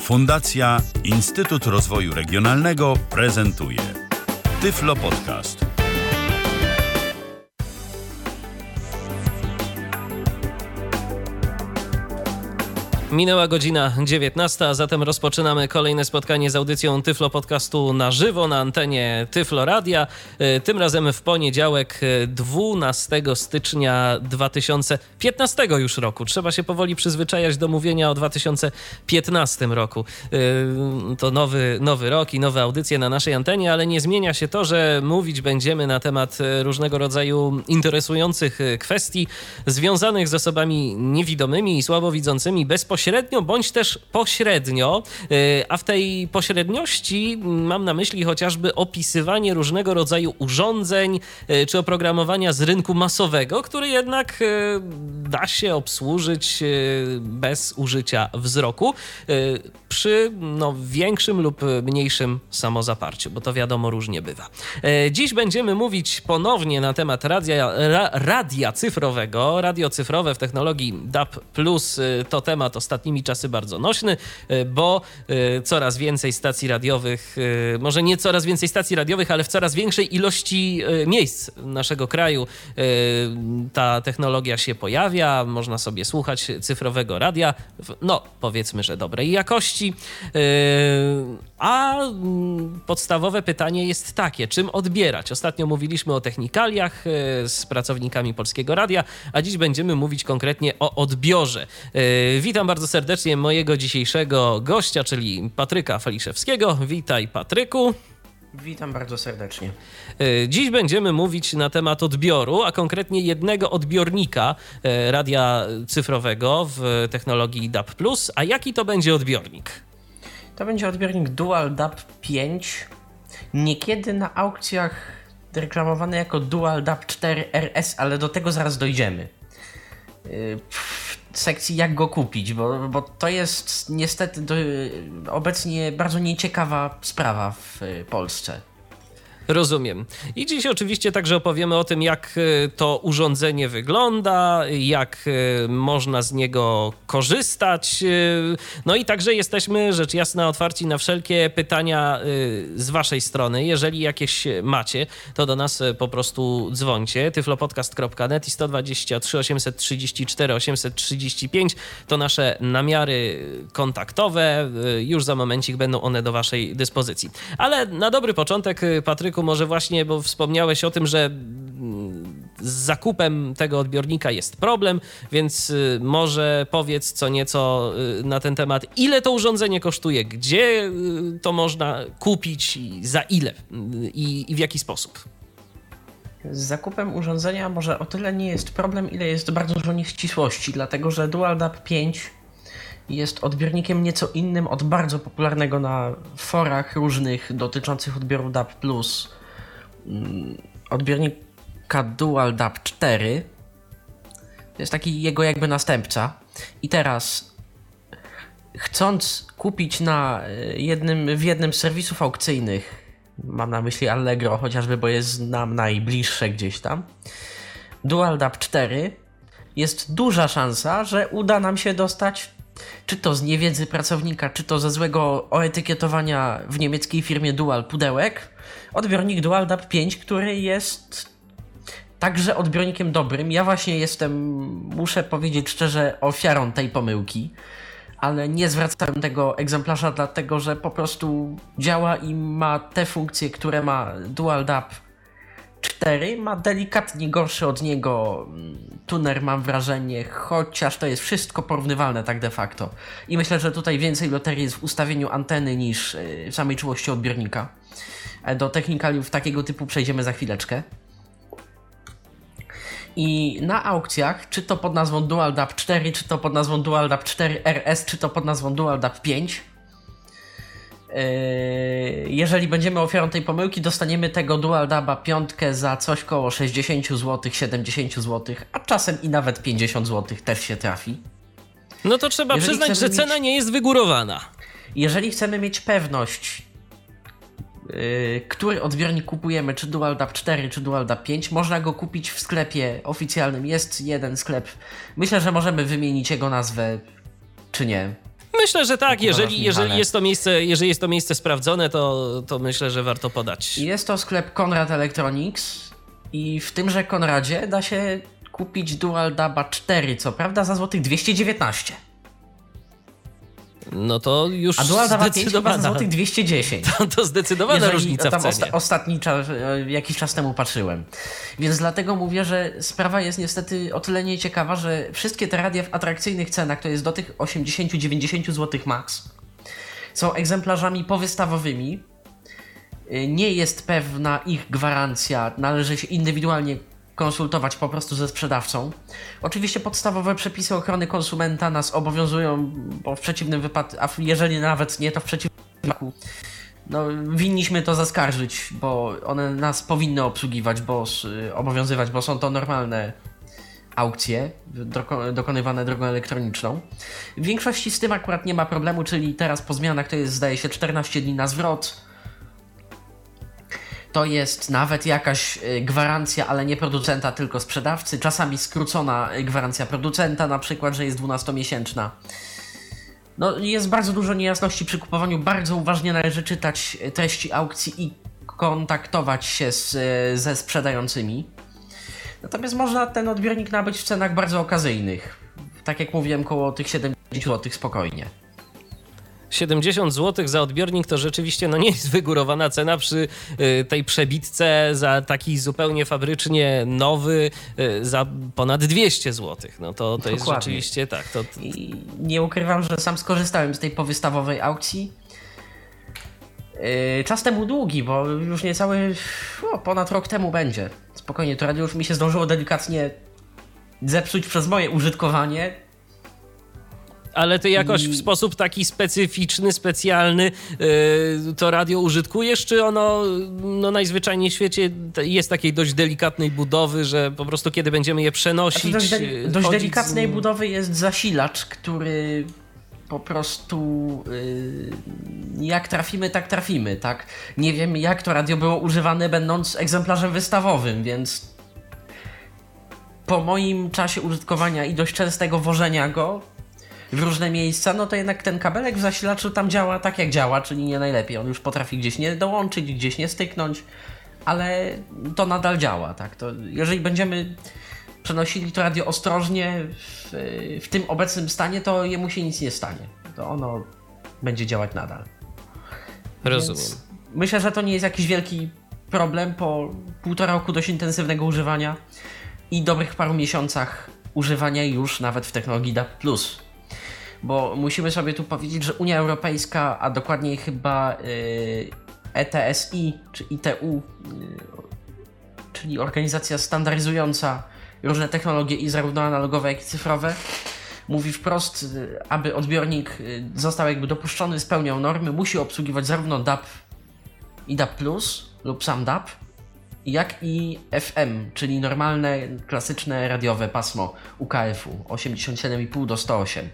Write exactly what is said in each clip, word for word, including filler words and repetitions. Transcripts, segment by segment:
Fundacja Instytut Rozwoju Regionalnego prezentuje Tyflo Podcast. Minęła godzina dziewiętnasta, a zatem rozpoczynamy kolejne spotkanie z audycją Tyflo Podcastu na żywo na antenie Tyflo Radia. Tym razem w poniedziałek dwunastego stycznia dwa tysiące piętnastego już roku. Trzeba się powoli przyzwyczajać do mówienia o dwa tysiące piętnastym roku. To nowy, nowy rok i nowe audycje na naszej antenie, ale nie zmienia się to, że mówić będziemy na temat różnego rodzaju interesujących kwestii związanych z osobami niewidomymi i słabowidzącymi bezpośrednio Pośrednio bądź też pośrednio, a w tej pośredniości mam na myśli chociażby opisywanie różnego rodzaju urządzeń czy oprogramowania z rynku masowego, który jednak da się obsłużyć bez użycia wzroku przy no, większym lub mniejszym samozaparciu, bo to wiadomo różnie bywa. Dziś będziemy mówić ponownie na temat radia, ra, radia cyfrowego. Radio cyfrowe w technologii D A B plus to temat ostatnimi czasy bardzo nośny, bo coraz więcej stacji radiowych, może nie coraz więcej stacji radiowych, ale w coraz większej ilości miejsc naszego kraju ta technologia się pojawia. Można sobie słuchać cyfrowego radia, no powiedzmy, że dobrej jakości. A podstawowe pytanie jest takie, czym odbierać? Ostatnio mówiliśmy o technikaliach z pracownikami Polskiego Radia, a dziś będziemy mówić konkretnie o odbiorze. Witam bardzo serdecznie mojego dzisiejszego gościa, czyli Patryka Faliszewskiego. Witaj, Patryku. Witam bardzo serdecznie. Dziś będziemy mówić na temat odbioru, a konkretnie jednego odbiornika radia cyfrowego w technologii D A B plus. A jaki to będzie odbiornik? To będzie odbiornik Dual D A B pięć, niekiedy na aukcjach reklamowany jako Dual D A B cztery R S, ale do tego zaraz dojdziemy. W sekcji jak go kupić, bo, bo to jest niestety do, obecnie bardzo nieciekawa sprawa w Polsce. Rozumiem. I dziś oczywiście także opowiemy o tym, jak to urządzenie wygląda, jak można z niego korzystać. No i także jesteśmy, rzecz jasna, otwarci na wszelkie pytania z waszej strony. Jeżeli jakieś macie, to do nas po prostu dzwońcie. tyflopodcast kropka net i sto dwadzieścia trzy osiemset trzydzieści cztery osiemset trzydzieści pięć to nasze namiary kontaktowe. Już za momencik będą one do waszej dyspozycji. Ale na dobry początek, Patryku, może właśnie, bo wspomniałeś o tym, że z zakupem tego odbiornika jest problem, więc może powiedz co nieco na ten temat. Ile to urządzenie kosztuje? Gdzie to można kupić? I za ile? I, i w jaki sposób? Z zakupem urządzenia może o tyle nie jest problem, ile jest bardzo dużo nieścisłości, dlatego że Dual D A B pięć jest odbiornikiem nieco innym od bardzo popularnego na forach różnych dotyczących odbioru D A B plus odbiornika Dual D A B cztery. To jest taki jego jakby następca. I teraz, chcąc kupić na jednym, w jednym z serwisów aukcyjnych, mam na myśli Allegro chociażby, bo jest nam najbliższe gdzieś tam, Dual D A B cztery, jest duża szansa, że uda nam się dostać, czy to z niewiedzy pracownika, czy to ze złego oetykietowania w niemieckiej firmie Dual pudełek, odbiornik Dual D A B pięć, który jest także odbiornikiem dobrym. Ja właśnie jestem, muszę powiedzieć szczerze, ofiarą tej pomyłki, ale nie zwracałem tego egzemplarza, dlatego że po prostu działa i ma te funkcje, które ma Dual D A B cztery, ma delikatnie gorszy od niego tuner, mam wrażenie, chociaż to jest wszystko porównywalne tak de facto. I myślę, że tutaj więcej loterii jest w ustawieniu anteny niż w samej czułości odbiornika. Do technikaliów takiego typu przejdziemy za chwileczkę. I na aukcjach, czy to pod nazwą Dual D A B cztery, czy to pod nazwą Dual D A B cztery R S, czy to pod nazwą Dual D A B pięć, jeżeli będziemy ofiarą tej pomyłki, dostaniemy tego Dual D A B pięć za coś koło sześćdziesiąt złotych, siedemdziesiąt złotych, a czasem i nawet pięćdziesiąt złotych też się trafi. No to trzeba jeżeli przyznać, że cena mieć... nie jest wygórowana. Jeżeli chcemy mieć pewność, yy, który odbiornik kupujemy, czy Dual D A B cztery, czy Dual D A B pięć, można go kupić w sklepie oficjalnym. Jest jeden sklep. Myślę, że możemy wymienić jego nazwę, czy nie. Myślę, że tak. Jeżeli, jeżeli, jest to miejsce, jeżeli jest to miejsce sprawdzone, to, to myślę, że warto podać. Jest to sklep Conrad Electronics i w tymże Conradzie da się kupić Dual Daba cztery, co prawda za złotych dwieście dziewiętnaście. No to już A Dual Daba pięć chyba zdecydowana. za złotych dwieście dziesięć. To, to zdecydowana Jeżeli różnica tam w cenie. osta- ostatni czas, jakiś czas temu patrzyłem. Więc dlatego mówię, że sprawa jest niestety o tyle nieciekawa, że wszystkie te radia w atrakcyjnych cenach, to jest do tych osiemdziesiąt do dziewięćdziesięciu złotych max, są egzemplarzami powystawowymi. Nie jest pewna ich gwarancja, należy się indywidualnie konsultować po prostu ze sprzedawcą. Oczywiście podstawowe przepisy ochrony konsumenta nas obowiązują, bo w przeciwnym wypadku, a jeżeli nawet nie, to w przeciwnym wypadku no, winniśmy to zaskarżyć, bo one nas powinny obsługiwać, bo obowiązywać, bo są to normalne aukcje doko- dokonywane drogą elektroniczną. W większości z tym akurat nie ma problemu, czyli teraz po zmianach to jest, zdaje się, czternaście dni na zwrot. To jest nawet jakaś gwarancja, ale nie producenta, tylko sprzedawcy. Czasami skrócona gwarancja producenta, na przykład, że jest dwunastomiesięczna. No, jest bardzo dużo niejasności przy kupowaniu. Bardzo uważnie należy czytać treści aukcji i kontaktować się z, ze sprzedającymi. Natomiast można ten odbiornik nabyć w cenach bardzo okazyjnych. Tak jak mówiłem, koło tych siedemdziesiąt złotych spokojnie. siedemdziesiąt złotych za odbiornik to rzeczywiście no nie jest wygórowana cena przy y, tej przebitce za taki zupełnie fabrycznie nowy y, za ponad dwieście złotych. No to, to jest rzeczywiście tak. To... I nie ukrywam, że sam skorzystałem z tej powystawowej aukcji. Yy, czas temu długi, bo już niecały o, ponad rok temu będzie. Spokojnie, to radio już mi się zdążyło delikatnie zepsuć przez moje użytkowanie. Ale ty jakoś I... w sposób taki specyficzny, specjalny yy, to radio użytkujesz, czy ono no, najzwyczajniej w świecie jest takiej dość delikatnej budowy, że po prostu kiedy będziemy je przenosić... Dość, de- dość delikatnej z... budowy jest zasilacz, który po prostu yy, jak trafimy, tak trafimy, tak? Nie wiem, jak to radio było używane, będąc egzemplarzem wystawowym, więc po moim czasie użytkowania i dość częstego wożenia go w różne miejsca, no to jednak ten kabelek w zasilaczu tam działa tak jak działa, czyli nie najlepiej. On już potrafi gdzieś nie dołączyć, gdzieś nie styknąć, ale to nadal działa, tak? To jeżeli będziemy przenosili to radio ostrożnie w, w tym obecnym stanie, to jemu się nic nie stanie. To ono będzie działać nadal. Rozumiem. Więc myślę, że to nie jest jakiś wielki problem po półtora roku dość intensywnego używania i dobrych paru miesiącach używania już nawet w technologii D A B plus. Bo musimy sobie tu powiedzieć, że Unia Europejska, a dokładniej chyba yy, E T S I czy I T U, yy, czyli organizacja standaryzująca różne technologie i zarówno analogowe, jak i cyfrowe, mówi wprost, yy, aby odbiornik yy, został jakby dopuszczony, spełniał normy, musi obsługiwać zarówno D A B i D A B plus lub sam D A B, jak i F M, czyli normalne, klasyczne radiowe pasmo U K F-u osiemdziesiąt siedem i pół do sto osiem.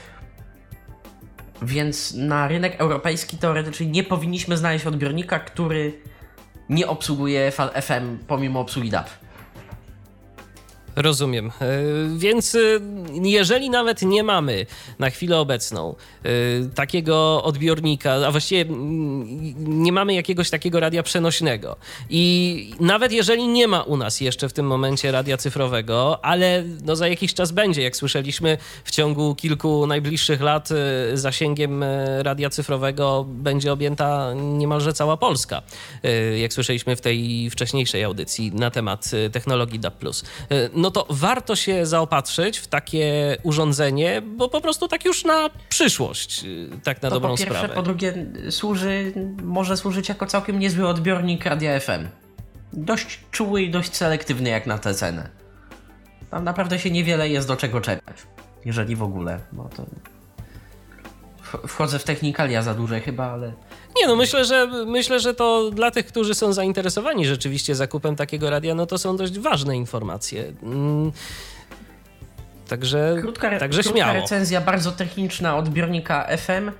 Więc na rynek europejski teoretycznie nie powinniśmy znaleźć odbiornika, który nie obsługuje fal F M pomimo obsługi D A B. Rozumiem. Więc jeżeli nawet nie mamy na chwilę obecną takiego odbiornika, a właściwie nie mamy jakiegoś takiego radia przenośnego i nawet jeżeli nie ma u nas jeszcze w tym momencie radia cyfrowego, ale no za jakiś czas będzie, jak słyszeliśmy, w ciągu kilku najbliższych lat zasięgiem radia cyfrowego będzie objęta niemalże cała Polska, jak słyszeliśmy w tej wcześniejszej audycji na temat technologii D A B plus. No to warto się zaopatrzyć w takie urządzenie, bo po prostu tak już na przyszłość, tak na to dobrą po pierwsze, sprawę. Po drugie służy, może służyć jako całkiem niezły odbiornik radia F M. Dość czuły i dość selektywny jak na tę cenę. Tam naprawdę się niewiele jest do czego czekać, jeżeli w ogóle, bo to... Wchodzę w technikalia za duże chyba, ale... Nie no, myślę, że myślę, że to dla tych, którzy są zainteresowani rzeczywiście zakupem takiego radia, no to są dość ważne informacje. Mm. Także, krótka, także krótka śmiało. recenzja bardzo techniczna odbiornika F M.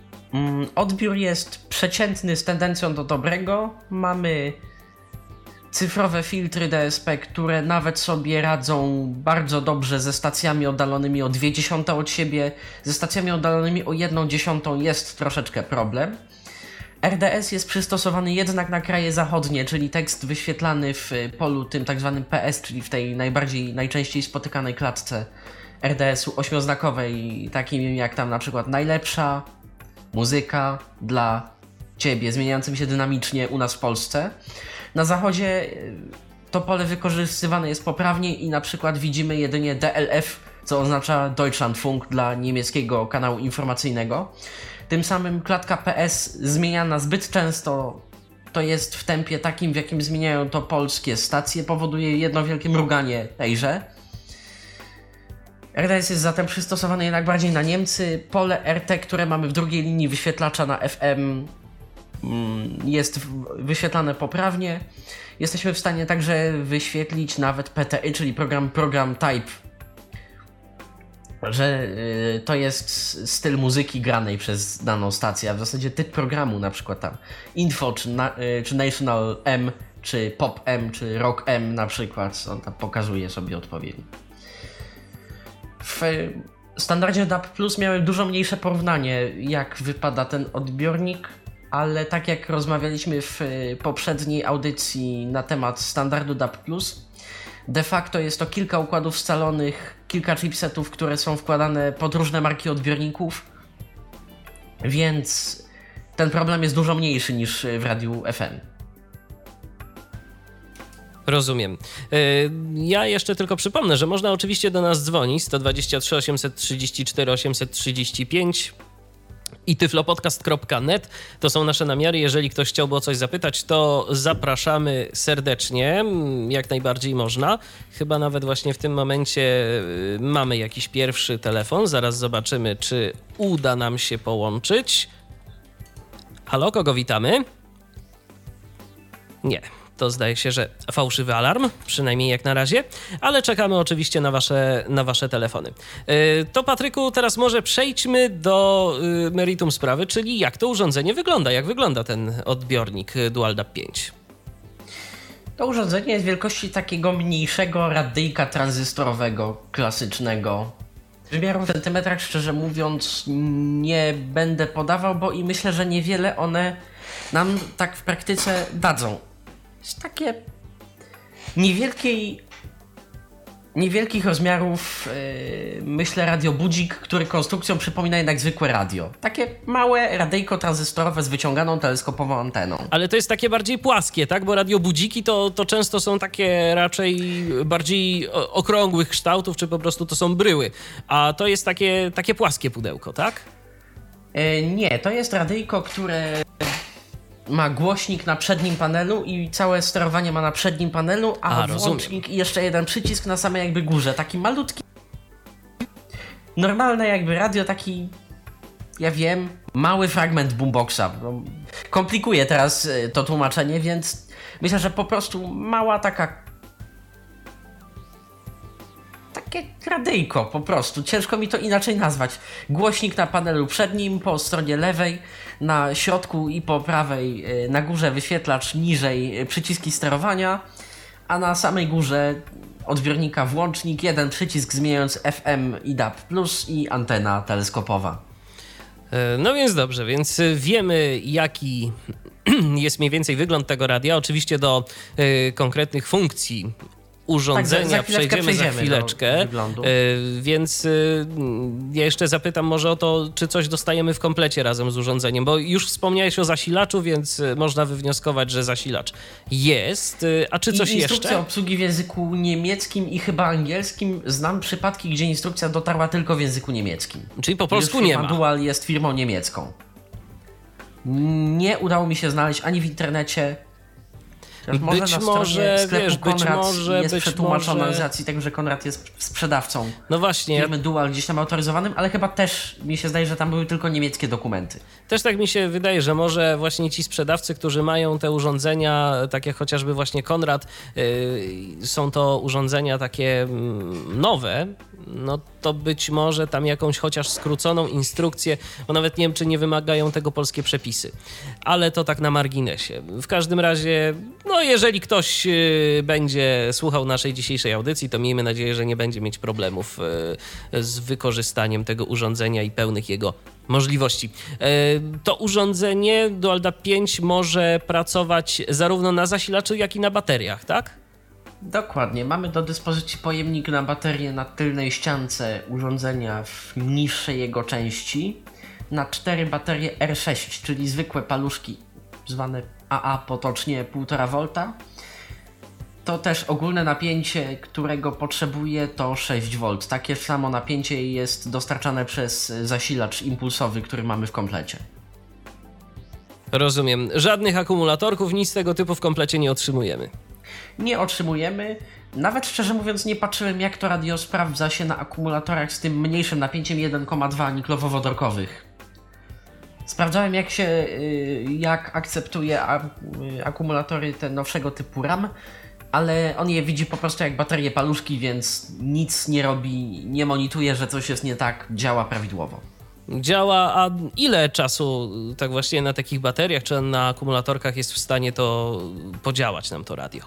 Odbiór jest przeciętny z tendencją do dobrego. Mamy cyfrowe filtry D S P, które nawet sobie radzą bardzo dobrze ze stacjami oddalonymi o dwie dziesiąte od siebie. Ze stacjami oddalonymi o jedną dziesiątą jest troszeczkę problem. R D S jest przystosowany jednak na kraje zachodnie, czyli tekst wyświetlany w polu tym tak zwanym P S, czyli w tej najbardziej, najczęściej spotykanej klatce R D S-u ośmioznakowej, takim jak tam na przykład najlepsza muzyka dla ciebie, zmieniającym się dynamicznie u nas w Polsce. Na zachodzie to pole wykorzystywane jest poprawnie i na przykład widzimy jedynie D L F, co oznacza Deutschlandfunk dla niemieckiego kanału informacyjnego. Tym samym klatka P S zmieniana zbyt często, to jest w tempie takim, w jakim zmieniają to polskie stacje, powoduje jedno wielkie mruganie tejże. R D S jest zatem przystosowany jednak bardziej na Niemcy. Pole R T, które mamy w drugiej linii wyświetlacza na F M, jest wyświetlane poprawnie. Jesteśmy w stanie także wyświetlić nawet P T Y, czyli program Program Type, że y, to jest styl muzyki granej przez daną stację, a w zasadzie typ programu, na przykład tam Info, czy, na, y, czy National M, czy Pop M, czy Rock M na przykład, on tam pokazuje sobie odpowiednio. W standardzie D A B plus miałem dużo mniejsze porównanie, jak wypada ten odbiornik, ale tak jak rozmawialiśmy w poprzedniej audycji na temat standardu D A B plus, de facto jest to kilka układów scalonych, kilka chipsetów, które są wkładane pod różne marki odbiorników, więc ten problem jest dużo mniejszy niż w radiu F M. Rozumiem. Ja jeszcze tylko przypomnę, że można oczywiście do nas dzwonić sto dwadzieścia trzy osiemset trzydzieści cztery osiemset trzydzieści pięć i tyflopodcast kropka net. To są nasze namiary. Jeżeli ktoś chciałby o coś zapytać, to zapraszamy serdecznie. Jak najbardziej można. Chyba nawet właśnie w tym momencie mamy jakiś pierwszy telefon. Zaraz zobaczymy, czy uda nam się połączyć. Halo, kogo witamy? Nie. To zdaje się, że fałszywy alarm, przynajmniej jak na razie, ale czekamy oczywiście na wasze, na wasze telefony. Yy, to Patryku, teraz może przejdźmy do yy, meritum sprawy, czyli jak to urządzenie wygląda, jak wygląda ten odbiornik Dual D A B pięć. To urządzenie jest wielkości takiego mniejszego radyjka tranzystorowego, klasycznego. Wymiaru w centymetrach, szczerze mówiąc, nie będę podawał, bo i myślę, że niewiele one nam tak w praktyce dadzą. Jest takie niewielkiej, niewielkich rozmiarów, yy, myślę, radiobudzik, który konstrukcją przypomina jednak zwykłe radio. Takie małe radyjko tranzystorowe z wyciąganą teleskopową anteną. Ale to jest takie bardziej płaskie, tak? Bo radiobudziki to, to często są takie raczej bardziej okrągłych kształtów, czy po prostu to są bryły. A to jest takie, takie płaskie pudełko, tak? Yy, nie, to jest radyjko, które ma głośnik na przednim panelu i całe sterowanie ma na przednim panelu, a, a włącznik i jeszcze jeden przycisk na samej jakby górze. Taki malutki, normalne jakby radio, taki, ja wiem, mały fragment boomboxa. No, komplikuje teraz to tłumaczenie, więc myślę, że po prostu mała taka, takie radyjko po prostu. Ciężko mi to inaczej nazwać. Głośnik na panelu przednim, po stronie lewej, na środku i po prawej, na górze wyświetlacz, niżej przyciski sterowania, a na samej górze odbiornika włącznik, jeden przycisk zmieniając F M i D A B plus i antena teleskopowa. No więc dobrze, więc wiemy, jaki jest mniej więcej wygląd tego radia. Oczywiście do y, konkretnych funkcji urządzenia tak, za, za przejdziemy, przejdziemy za chwileczkę, y, więc y, ja jeszcze zapytam może o to, czy coś dostajemy w komplecie razem z urządzeniem, bo już wspomniałeś o zasilaczu, więc można wywnioskować, że zasilacz jest, y, a czy coś I instrukcja jeszcze? obsługi w języku niemieckim i chyba angielskim. Znam przypadki, gdzie instrukcja dotarła tylko w języku niemieckim. Czyli po polsku nie ma. Dual jest firmą niemiecką. Nie udało mi się znaleźć ani w internecie. Może być na może, sklepu wiesz, Konrad być może, jest być przetłumaczona może... z racji tego, że Konrad jest sprzedawcą no właśnie, firmy Dual gdzieś tam autoryzowanym, ale chyba też mi się zdaje, że tam były tylko niemieckie dokumenty. Też tak mi się wydaje, że może właśnie ci sprzedawcy, którzy mają te urządzenia, tak jak chociażby właśnie Konrad, yy, są to urządzenia takie nowe, no to być może tam jakąś chociaż skróconą instrukcję, bo nawet nie wiem, czy nie wymagają tego polskie przepisy. Ale to tak na marginesie. W każdym razie, no jeżeli ktoś będzie słuchał naszej dzisiejszej audycji, to miejmy nadzieję, że nie będzie mieć problemów z wykorzystaniem tego urządzenia i pełnych jego możliwości. To urządzenie DualDAB pięć może pracować zarówno na zasilaczu, jak i na bateriach, tak? Dokładnie. Mamy do dyspozycji pojemnik na baterię na tylnej ściance urządzenia w niższej jego części. Na cztery baterie R sześć, czyli zwykłe paluszki zwane A A potocznie półtora wolta. To też ogólne napięcie, którego potrzebuje, to sześć wolt. Takie samo napięcie jest dostarczane przez zasilacz impulsowy, który mamy w komplecie. Rozumiem. Żadnych akumulatorków, nic tego typu w komplecie nie otrzymujemy. Nie otrzymujemy. Nawet szczerze mówiąc nie patrzyłem, jak to radio sprawdza się na akumulatorach z tym mniejszym napięciem jeden przecinek dwa niklowodorkowych. Sprawdzałem, jak się, jak akceptuje akumulatory te nowszego typu RAM, ale on je widzi po prostu jak baterie paluszki, więc nic nie robi, nie monitoruje, że coś jest nie tak, działa prawidłowo. Działa, a ile czasu tak właśnie na takich bateriach czy na akumulatorkach jest w stanie to podziałać nam to radio?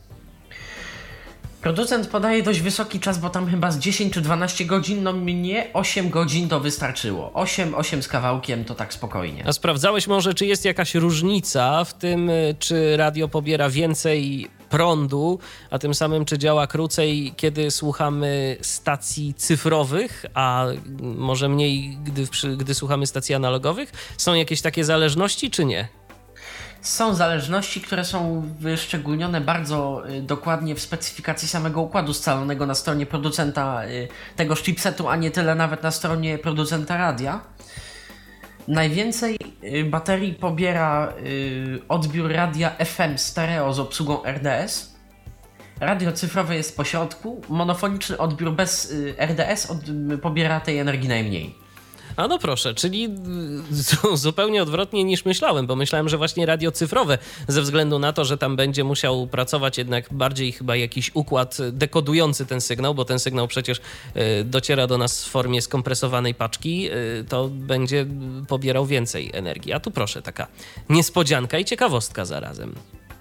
Producent podaje dość wysoki czas, bo tam chyba z dziesięć czy dwanaście godzin, no mnie osiem godzin to wystarczyło. osiem, osiem z kawałkiem to tak spokojnie. A sprawdzałeś może, czy jest jakaś różnica w tym, czy radio pobiera więcej prądu, a tym samym czy działa krócej, kiedy słuchamy stacji cyfrowych, a może mniej, gdy, gdy słuchamy stacji analogowych? Są jakieś takie zależności, czy nie? Są zależności, które są wyszczególnione bardzo dokładnie w specyfikacji samego układu scalonego na stronie producenta tego chipsetu, a nie tyle nawet na stronie producenta radia. Najwięcej baterii pobiera odbiór radia F M stereo z obsługą R D S. Radio cyfrowe jest po środku. Monofoniczny odbiór bez R D S od, pobiera tej energii najmniej. A no proszę, czyli zupełnie odwrotnie niż myślałem, bo myślałem, że właśnie radio cyfrowe, ze względu na to, że tam będzie musiał pracować jednak bardziej chyba jakiś układ dekodujący ten sygnał, bo ten sygnał przecież dociera do nas w formie skompresowanej paczki, to będzie pobierał więcej energii. A tu proszę, taka niespodzianka i ciekawostka zarazem.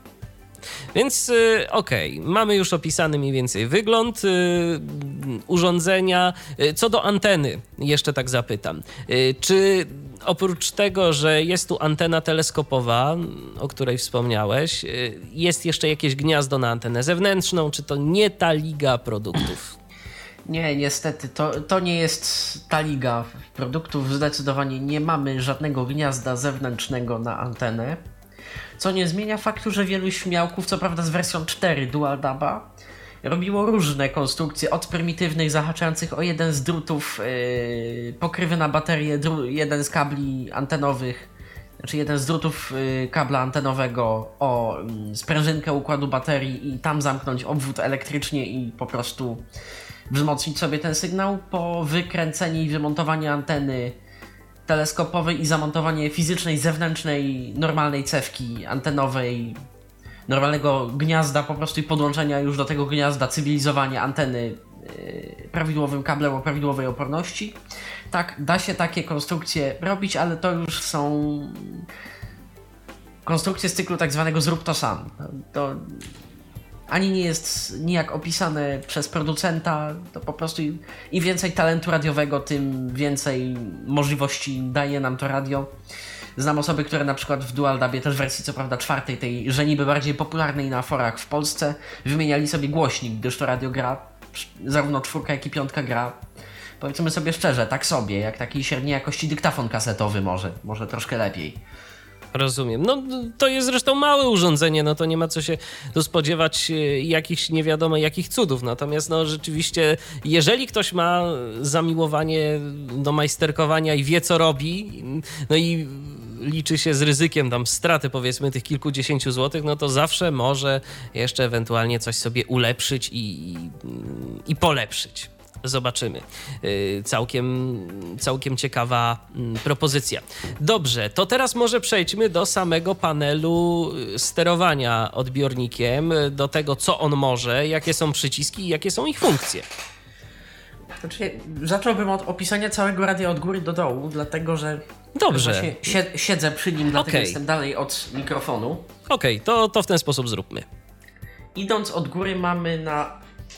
Więc okej, okay, mamy już opisany mniej więcej wygląd y, urządzenia. Co do anteny, jeszcze tak zapytam. Y, czy oprócz tego, że jest tu antena teleskopowa, o której wspomniałeś, y, jest jeszcze jakieś gniazdo na antenę zewnętrzną, czy to nie ta liga produktów? Nie, niestety, to, to nie jest ta liga produktów. Zdecydowanie nie mamy żadnego gniazda zewnętrznego na antenę. Co nie zmienia faktu, że wielu śmiałków, co prawda z wersją cztery DualDABa, robiło różne konstrukcje, od prymitywnych zahaczających o jeden z drutów yy, pokrywy na baterię, dru- jeden z kabli antenowych, znaczy jeden z drutów yy, kabla antenowego o yy, sprężynkę układu baterii i tam zamknąć obwód elektrycznie i po prostu wzmocnić sobie ten sygnał, po wykręcenie i wymontowanie anteny teleskopowej i zamontowanie fizycznej, zewnętrznej, normalnej cewki antenowej, normalnego gniazda po prostu i podłączenia już do tego gniazda, cywilizowanie anteny yy, prawidłowym kablem o prawidłowej oporności. Tak, da się takie konstrukcje robić, ale to już są konstrukcje z cyklu tak zwanego zrób to sam. To ani nie jest nijak opisane przez producenta, to po prostu im, im więcej talentu radiowego, tym więcej możliwości daje nam to radio. Znam osoby, które na przykład w DualDABie, też w wersji co prawda czwartej, tej że niby bardziej popularnej na forach w Polsce, wymieniali sobie głośnik, gdyż to radio gra, zarówno czwórka jak i piątka gra, powiedzmy sobie szczerze, tak sobie, jak taki średniej jakości dyktafon kasetowy może, może troszkę lepiej. Rozumiem. No to jest zresztą małe urządzenie, no to nie ma co się tu spodziewać jakichś nie wiadomo jakich cudów. Natomiast no rzeczywiście, jeżeli ktoś ma zamiłowanie do majsterkowania i wie co robi, no i liczy się z ryzykiem tam straty powiedzmy tych kilkudziesięciu złotych, no to zawsze może jeszcze ewentualnie coś sobie ulepszyć i, i, i polepszyć. Zobaczymy. Całkiem, całkiem ciekawa propozycja. Dobrze, to teraz może przejdźmy do samego panelu sterowania odbiornikiem, do tego, co on może, jakie są przyciski i jakie są ich funkcje. Znaczy, zacząłbym od opisania całego radia od góry do dołu, dlatego że Dobrze. właśnie sie- siedzę przy nim, dlatego Okay. jestem dalej od mikrofonu. Okej, okay, to, to w ten sposób zróbmy. Idąc od góry mamy na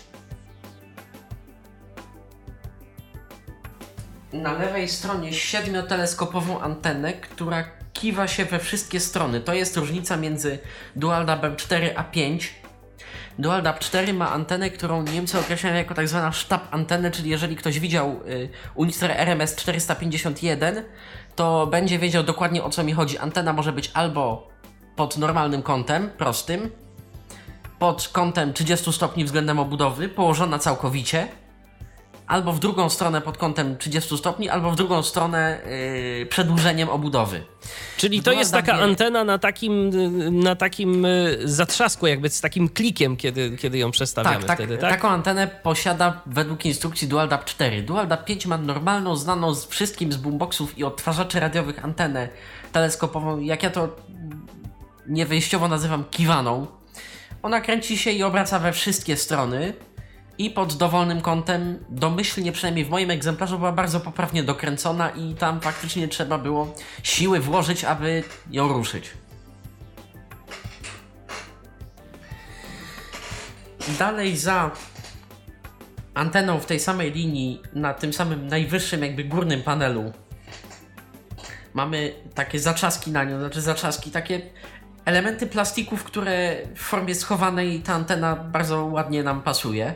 na lewej stronie siedmioteleskopową antenę, która kiwa się we wszystkie strony. To jest różnica między Dual D A B M cztery a pięć. Dual D A B cztery ma antenę, którą Niemcy określają jako tak zwana sztab antenę, czyli jeżeli ktoś widział y, Unister R M S czterysta pięćdziesiąt jeden, to będzie wiedział dokładnie, o co mi chodzi. Antena może być albo pod normalnym kątem, prostym, pod kątem trzydzieści stopni względem obudowy, położona całkowicie, albo w drugą stronę pod kątem trzydzieści stopni, albo w drugą stronę yy, przedłużeniem obudowy. Czyli to jest taka antena na takim, na takim zatrzasku, jakby z takim klikiem, kiedy, kiedy ją przestawiamy tak, tak, wtedy, tak? Taką antenę posiada według instrukcji Dual D A B cztery. Dual D A B pięć ma normalną, znaną z wszystkim z boomboxów i odtwarzaczy radiowych antenę teleskopową, jak ja to niewyjściowo nazywam kiwaną. Ona kręci się i obraca we wszystkie strony i pod dowolnym kątem, domyślnie przynajmniej w moim egzemplarzu, była bardzo poprawnie dokręcona i tam faktycznie trzeba było siły włożyć, aby ją ruszyć. Dalej za anteną w tej samej linii, na tym samym najwyższym jakby górnym panelu, mamy takie zaczaski na nią, znaczy zaczaski, takie elementy plastików, które w formie schowanej ta antena bardzo ładnie nam pasuje.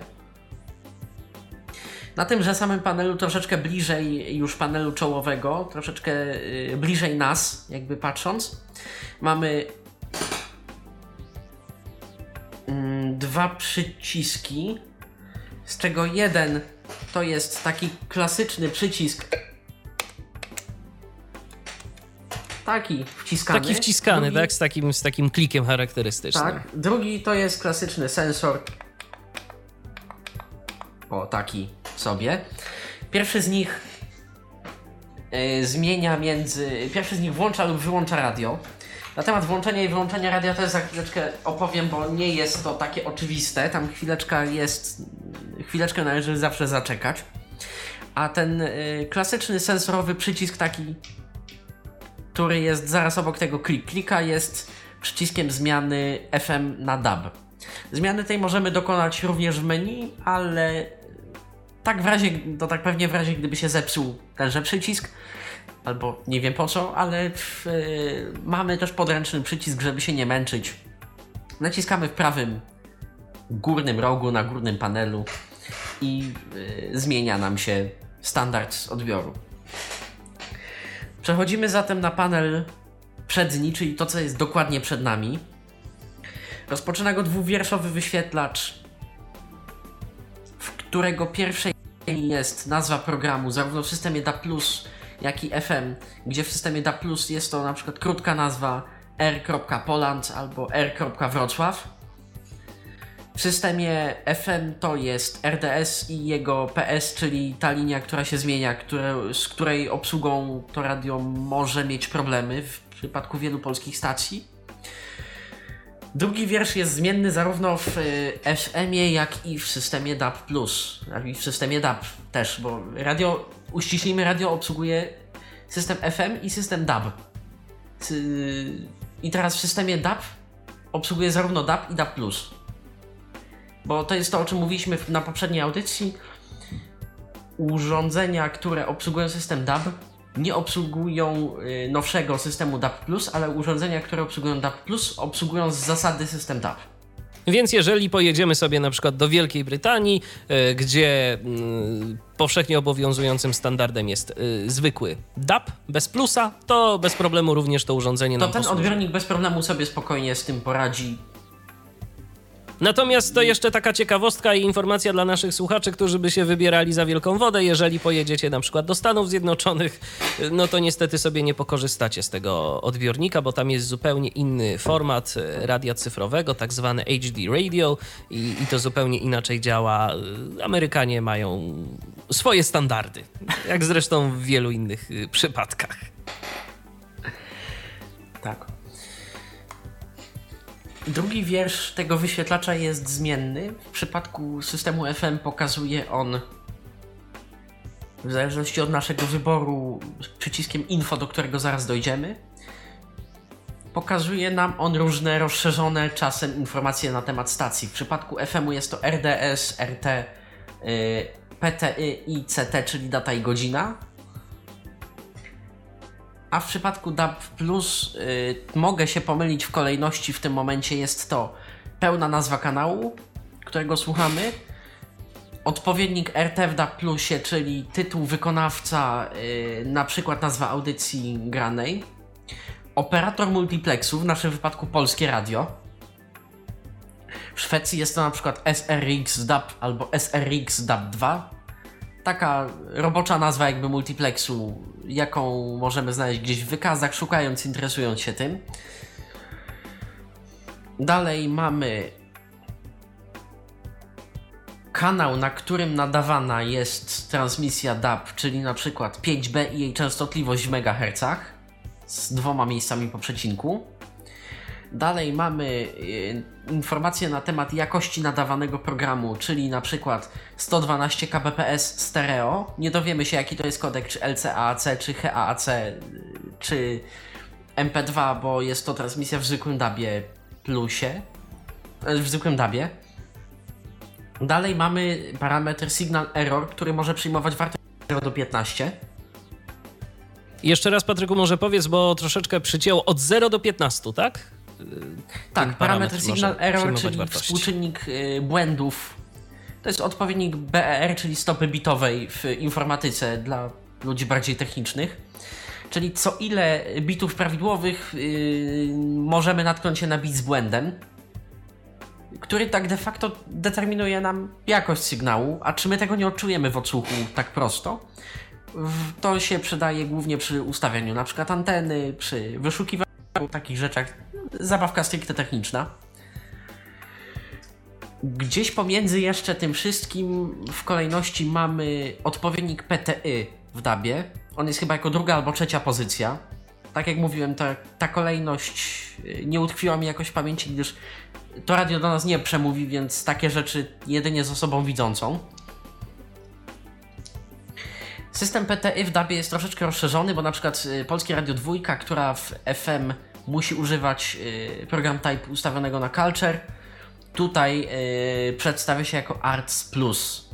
Na tymże samym panelu, troszeczkę bliżej już panelu czołowego, troszeczkę yy, bliżej nas, jakby patrząc, mamy yy, dwa przyciski, z czego jeden to jest taki klasyczny przycisk, taki wciskany. Taki wciskany, drugi, tak? Z takim, z takim klikiem charakterystycznym. Tak. Drugi to jest klasyczny sensor. O, taki sobie. Pierwszy z nich yy, zmienia między... Pierwszy z nich włącza lub wyłącza radio. Na temat włączenia i wyłączenia radia też za chwileczkę opowiem, bo nie jest to takie oczywiste. Tam chwileczka jest... Chwileczkę należy zawsze zaczekać. A ten yy, klasyczny sensorowy przycisk taki, który jest zaraz obok tego klik klika, jest przyciskiem zmiany F M na D A B. Zmiany tej możemy dokonać również w menu, ale tak w razie, to tak pewnie w razie gdyby się zepsuł tenże przycisk, albo nie wiem po co, ale w, yy, mamy też podręczny przycisk, żeby się nie męczyć. Naciskamy w prawym górnym rogu na górnym panelu i yy, zmienia nam się standard odbioru. Przechodzimy zatem na panel przedni, czyli to, co jest dokładnie przed nami. Rozpoczyna go dwuwierszowy wyświetlacz, w którego pierwszej jest nazwa programu, zarówno w systemie D A B plus, jak i F M, gdzie w systemie D A B plus jest to na przykład krótka nazwa R Poland albo R Wrocław. W systemie F M to jest R D S i jego P S, czyli ta linia, która się zmienia, które, z której obsługą to radio może mieć problemy w przypadku wielu polskich stacji. Drugi wiersz jest zmienny zarówno w F M-ie, jak i w systemie D A B plus, jak i w systemie D A B też, bo radio, uściślimy, radio obsługuje system F M i system D A B. I teraz w systemie D A B obsługuje zarówno D A B i D A B plus. Bo to jest to, o czym mówiliśmy na poprzedniej audycji. Urządzenia, które obsługują system D A B, nie obsługują y, nowszego systemu D A B plus, ale urządzenia, które obsługują D A B plus, obsługują z zasady system D A B. Więc jeżeli pojedziemy sobie na przykład do Wielkiej Brytanii, y, gdzie y, powszechnie obowiązującym standardem jest y, zwykły D A B bez plusa, to bez problemu również to urządzenie to nam ten posłuży. Odbiornik bez problemu sobie spokojnie z tym poradzi. Natomiast to jeszcze taka ciekawostka i informacja dla naszych słuchaczy, którzy by się wybierali za wielką wodę. Jeżeli pojedziecie na przykład do Stanów Zjednoczonych, no to niestety sobie nie pokorzystacie z tego odbiornika, bo tam jest zupełnie inny format radia cyfrowego, tak zwany H D radio i, i to zupełnie inaczej działa. Amerykanie mają swoje standardy, jak zresztą w wielu innych przypadkach. Tak. Drugi wiersz tego wyświetlacza jest zmienny. W przypadku systemu F M pokazuje on w zależności od naszego wyboru przyciskiem info, do którego zaraz dojdziemy, pokazuje nam on różne rozszerzone czasem informacje na temat stacji. W przypadku F M u jest to R D S, R T, P T Y i C T, czyli data i godzina. A w przypadku D A B plus y, mogę się pomylić w kolejności, w tym momencie jest to pełna nazwa kanału, którego słuchamy, odpowiednik R T w D A B plusie, czyli tytuł, wykonawca, y, na przykład nazwa audycji granej, operator multiplexu, w naszym wypadku Polskie Radio. W Szwecji jest to na przykład S R X D A B albo S R X D A B dwa. Taka robocza nazwa jakby multiplexu, jaką możemy znaleźć gdzieś w wykazach, szukając, interesując się tym. Dalej mamy kanał, na którym nadawana jest transmisja D A B, czyli na przykład pięć B i jej częstotliwość w megahercach z dwoma miejscami po przecinku. Dalej mamy y, informacje na temat jakości nadawanego programu, czyli na przykład sto dwanaście kilobitów stereo. Nie dowiemy się, jaki to jest kodek, czy L C A A C, czy H A A C, czy M P dwa, bo jest to transmisja w zwykłym dabie plusie, w zwykłym dabie. Dalej mamy parametr signal error, który może przyjmować wartość zero do piętnastu. Jeszcze raz, Patryku, może powiedz, bo troszeczkę przycięło od zera do piętnastu, tak? Tak, parametr signal error, czyli wartości. współczynnik y, błędów. To jest odpowiednik B E R, czyli stopy bitowej w informatyce dla ludzi bardziej technicznych. Czyli co ile bitów prawidłowych y, możemy natknąć się na bit z błędem, który tak de facto determinuje nam jakość sygnału, a czy my tego nie odczujemy w odsłuchu tak prosto, to się przydaje głównie przy ustawianiu na przykład anteny, przy wyszukiwaniu takich rzeczach. Zabawka stricte techniczna. Gdzieś pomiędzy jeszcze tym wszystkim w kolejności mamy odpowiednik P T Y w dabie. On jest chyba jako druga albo trzecia pozycja. Tak jak mówiłem, ta, ta kolejność nie utkwiła mi jakoś w pamięci, gdyż to radio do nas nie przemówi, więc takie rzeczy jedynie z osobą widzącą. System P T Y w dabie jest troszeczkę rozszerzony, bo na przykład Polskie Radio dwa, która w F M musi używać y, program type ustawionego na Culture, tutaj y, przedstawia się jako Arts Plus.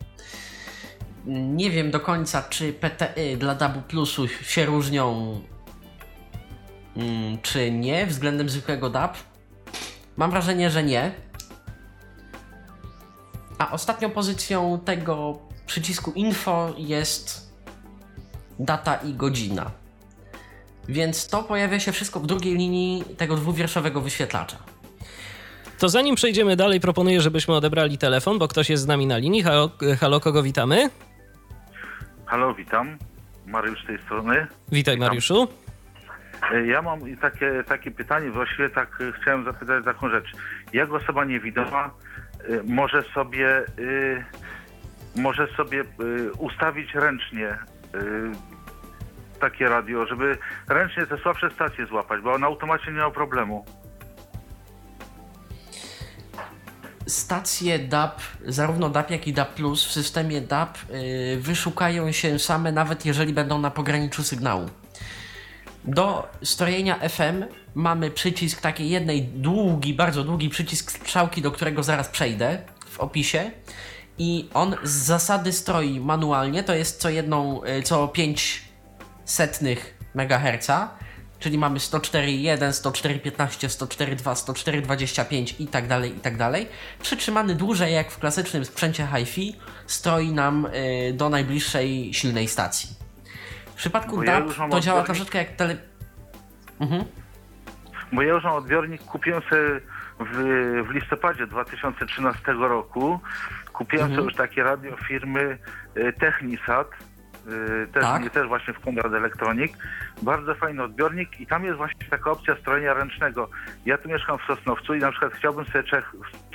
Nie wiem do końca, czy P T Y dla D A B plusu się różnią, y, czy nie, względem zwykłego D A B. Mam wrażenie, że nie. A ostatnią pozycją tego przycisku info jest data i godzina. Więc to pojawia się wszystko w drugiej linii tego dwuwierszowego wyświetlacza. To zanim przejdziemy dalej, proponuję, żebyśmy odebrali telefon, bo ktoś jest z nami na linii. Halo, halo, kogo witamy? Halo, witam. Mariusz z tej strony. Witaj, Witam. Mariuszu. Ja mam takie, takie pytanie, właściwie tak chciałem zapytać taką rzecz. Jak osoba niewidoma y, może sobie y, może sobie y, ustawić ręcznie y, takie radio, żeby ręcznie te słabsze stacje złapać, bo na automacie nie ma problemu. Stacje D A B, zarówno D A B jak i D A B plus w systemie D A B yy, wyszukają się same, nawet jeżeli będą na pograniczu sygnału. Do strojenia F M mamy przycisk takiej jednej długi, bardzo długi przycisk strzałki, do którego zaraz przejdę w opisie. I on z zasady stroi manualnie, to jest co jedną, co pięć setnych megaherca, czyli mamy sto cztery przecinek jeden, sto cztery przecinek piętnaście, sto cztery przecinek dwa, sto cztery przecinek dwadzieścia pięć i tak dalej, i tak dalej. Przytrzymany dłużej jak w klasycznym sprzęcie hi-fi stroi nam y, do najbliższej silnej stacji. W przypadku Bo D A ja B już mam to działa odbiornik. troszeczkę jak tele... Mhm. Bo ja już mam odbiornik, kupiłem sobie w, w listopadzie dwa tysiące trzynastego roku, kupiłem Mhm. sobie już takie radio firmy y, Technisat, y, też, Tak. też właśnie w Konrad Electronic. Bardzo fajny odbiornik i tam jest właśnie taka opcja strojenia ręcznego. Ja tu mieszkam w Sosnowcu i na przykład chciałbym sobie Czech,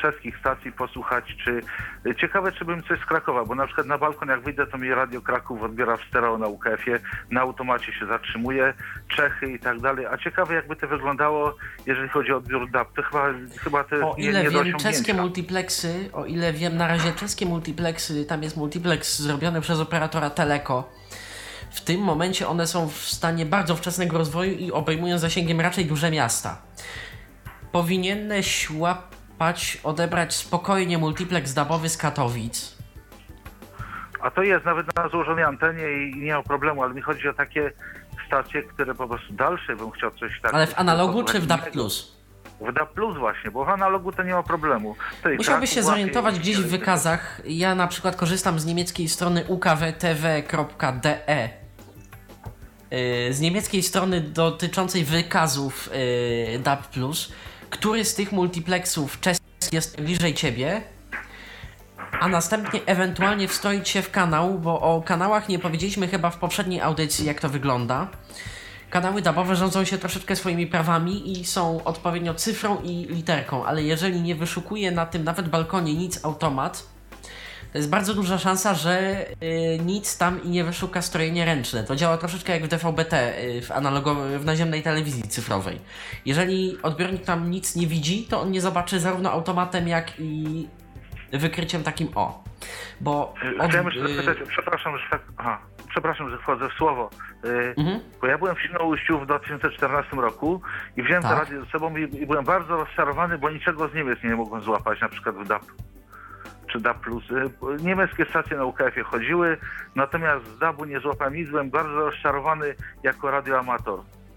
czeskich stacji posłuchać, czy ciekawe, czy bym coś z Krakowa, bo na przykład na balkon jak wyjdę, to mi Radio Kraków odbiera w stereo na U K F-ie, na automacie się zatrzymuje, Czechy i tak dalej, a ciekawe jakby to wyglądało, jeżeli chodzi o odbiór D A B, to chyba, chyba to jest o nie, ile nie do wiem, czeskie osiągnięcia. multiplexy, o ile wiem, na razie czeskie multiplexy, tam jest multiplex zrobiony przez operatora Teleko. W tym momencie one są w stanie bardzo wczesnego rozwoju i obejmują zasięgiem raczej duże miasta. Powinieneś łapać, odebrać spokojnie multiplex dabowy z Katowic. A to jest nawet na złożonej antenie i nie ma problemu, ale mi chodzi o takie stacje, które po prostu dalsze bym chciał coś takiego. Ale w analogu czy w D A B plus? W D A B plus właśnie, bo w analogu to nie ma problemu. Tutaj Musiałbyś się Kraków zorientować łapie- gdzieś w wykazach. Ja na przykład korzystam z niemieckiej strony u k w t w kropka d e. Yy, z niemieckiej strony dotyczącej wykazów yy, D A B plus, który z tych multiplexów czeskich jest bliżej ciebie, a następnie ewentualnie wstroić się w kanał, bo o kanałach nie powiedzieliśmy chyba w poprzedniej audycji, jak to wygląda. Kanały dabowe rządzą się troszeczkę swoimi prawami i są odpowiednio cyfrą i literką, ale jeżeli nie wyszukuje na tym nawet balkonie nic automat, to jest bardzo duża szansa, że y, nic tam i nie wyszuka strojenie ręczne. To działa troszeczkę jak w D V B T, y, w, analogowej, w naziemnej telewizji cyfrowej. Jeżeli odbiornik tam nic nie widzi, to on nie zobaczy zarówno automatem, jak i wykryciem takim o. Bo od, Chciałem jeszcze y, zapytać, przepraszam, że tak, aha, przepraszam, że wchodzę w słowo, yy, mhm. bo ja byłem w Świnoujściu w dwa tysiące czternastym roku i wziąłem Tak. to radio ze sobą i, i byłem bardzo rozczarowany, bo niczego z Niemiec nie mogłem złapać, na przykład w D A B czy D A B plus. Yy, niemieckie stacje na U K F-ie chodziły, natomiast z D A B-u nie złapałem nic, byłem bardzo rozczarowany jako radioamator.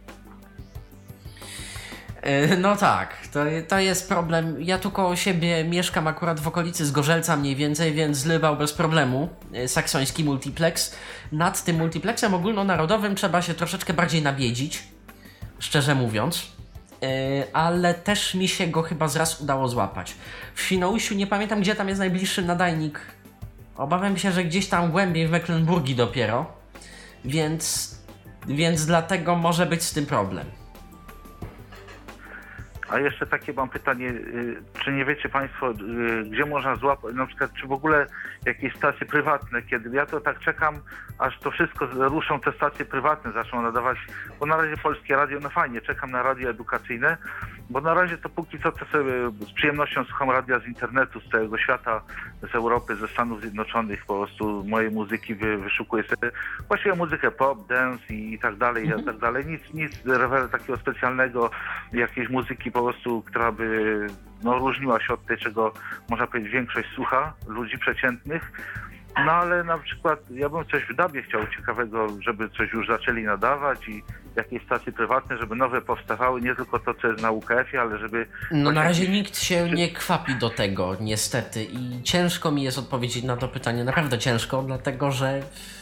Yy, No tak, to, to jest problem. Ja tu koło siebie mieszkam akurat w okolicy Zgorzelca mniej więcej, więc Lybał bez problemu. Yy, Saksoński multiplex. Nad tym multiplexem ogólnonarodowym trzeba się troszeczkę bardziej nabiedzić, szczerze mówiąc. Yy, ale też mi się go chyba zraz udało złapać. W Świnoujściu nie pamiętam, gdzie tam jest najbliższy nadajnik. Obawiam się, że gdzieś tam głębiej w Mecklenburgii dopiero. Więc, więc dlatego może być z tym problem. A jeszcze takie mam pytanie, y, czy nie wiecie Państwo, y, gdzie można złapać, na przykład, czy w ogóle jakieś stacje prywatne, kiedy ja to tak czekam, aż to wszystko ruszą, te stacje prywatne zaczną nadawać, bo na razie Polskie Radio, no fajnie, czekam na radio edukacyjne, bo na razie to póki co to sobie z przyjemnością słucham radia z internetu, z całego świata, z Europy, ze Stanów Zjednoczonych, po prostu mojej muzyki wy, wyszukuję sobie, właściwie muzykę pop, dance i, i tak dalej, i tak dalej, nic, nic rewelu takiego specjalnego, jakiejś muzyki po prostu, która by no, różniła się od tej, czego można powiedzieć większość słucha, ludzi przeciętnych. No ale na przykład ja bym coś w D A B-ie chciał ciekawego, żeby coś już zaczęli nadawać i jakieś stacje prywatne, żeby nowe powstawały, nie tylko to, co jest na U K F-ie, ale żeby... No na razie jakieś... nikt się nie kwapi do tego, niestety. I ciężko mi jest odpowiedzieć na to pytanie, naprawdę ciężko, dlatego że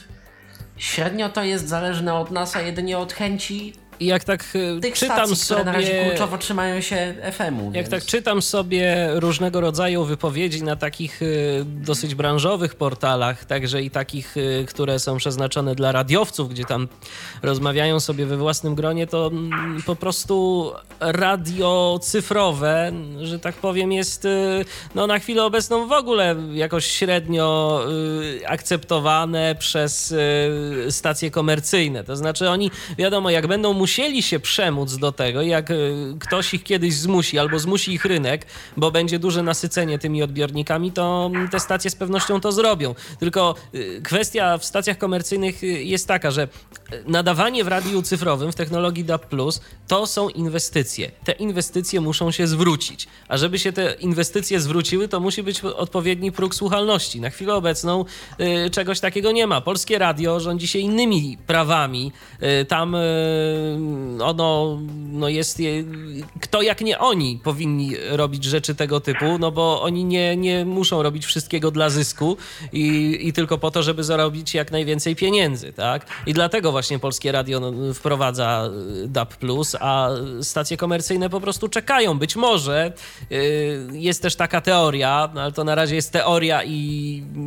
średnio to jest zależne od nas, a jedynie od chęci I jak tak e, tych czytam stacji, sobie... które na razie kurczowo trzymają się F M-u. Jak więc... tak czytam sobie różnego rodzaju wypowiedzi na takich y, dosyć branżowych portalach, także i takich, y, które są przeznaczone dla radiowców, gdzie tam rozmawiają sobie we własnym gronie, to mm, po prostu radio cyfrowe, że tak powiem, jest y, no, na chwilę obecną w ogóle jakoś średnio y, akceptowane przez y, stacje komercyjne. To znaczy oni, wiadomo, jak będą musieli się przemóc do tego, jak y, ktoś ich kiedyś zmusi, albo zmusi ich rynek, bo będzie duże nasycenie tymi odbiornikami, to te stacje z pewnością to zrobią. Tylko y, kwestia w stacjach komercyjnych y, jest taka, że nadawanie w radiu cyfrowym, w technologii D A B plus, to są inwestycje. Te inwestycje muszą się zwrócić. A żeby się te inwestycje zwróciły, to musi być odpowiedni próg słuchalności. Na chwilę obecną y, czegoś takiego nie ma. Polskie radio rządzi się innymi prawami. Y, tam y, ono no jest... Y, kto jak nie oni powinni robić rzeczy tego typu, no bo oni nie, nie muszą robić wszystkiego dla zysku i, i tylko po to, żeby zarobić jak najwięcej pieniędzy, tak? I dlatego właśnie Polskie Radio no, wprowadza D A B plus, a stacje komercyjne po prostu czekają. Być może y, jest też taka teoria, no, ale to na razie jest teoria i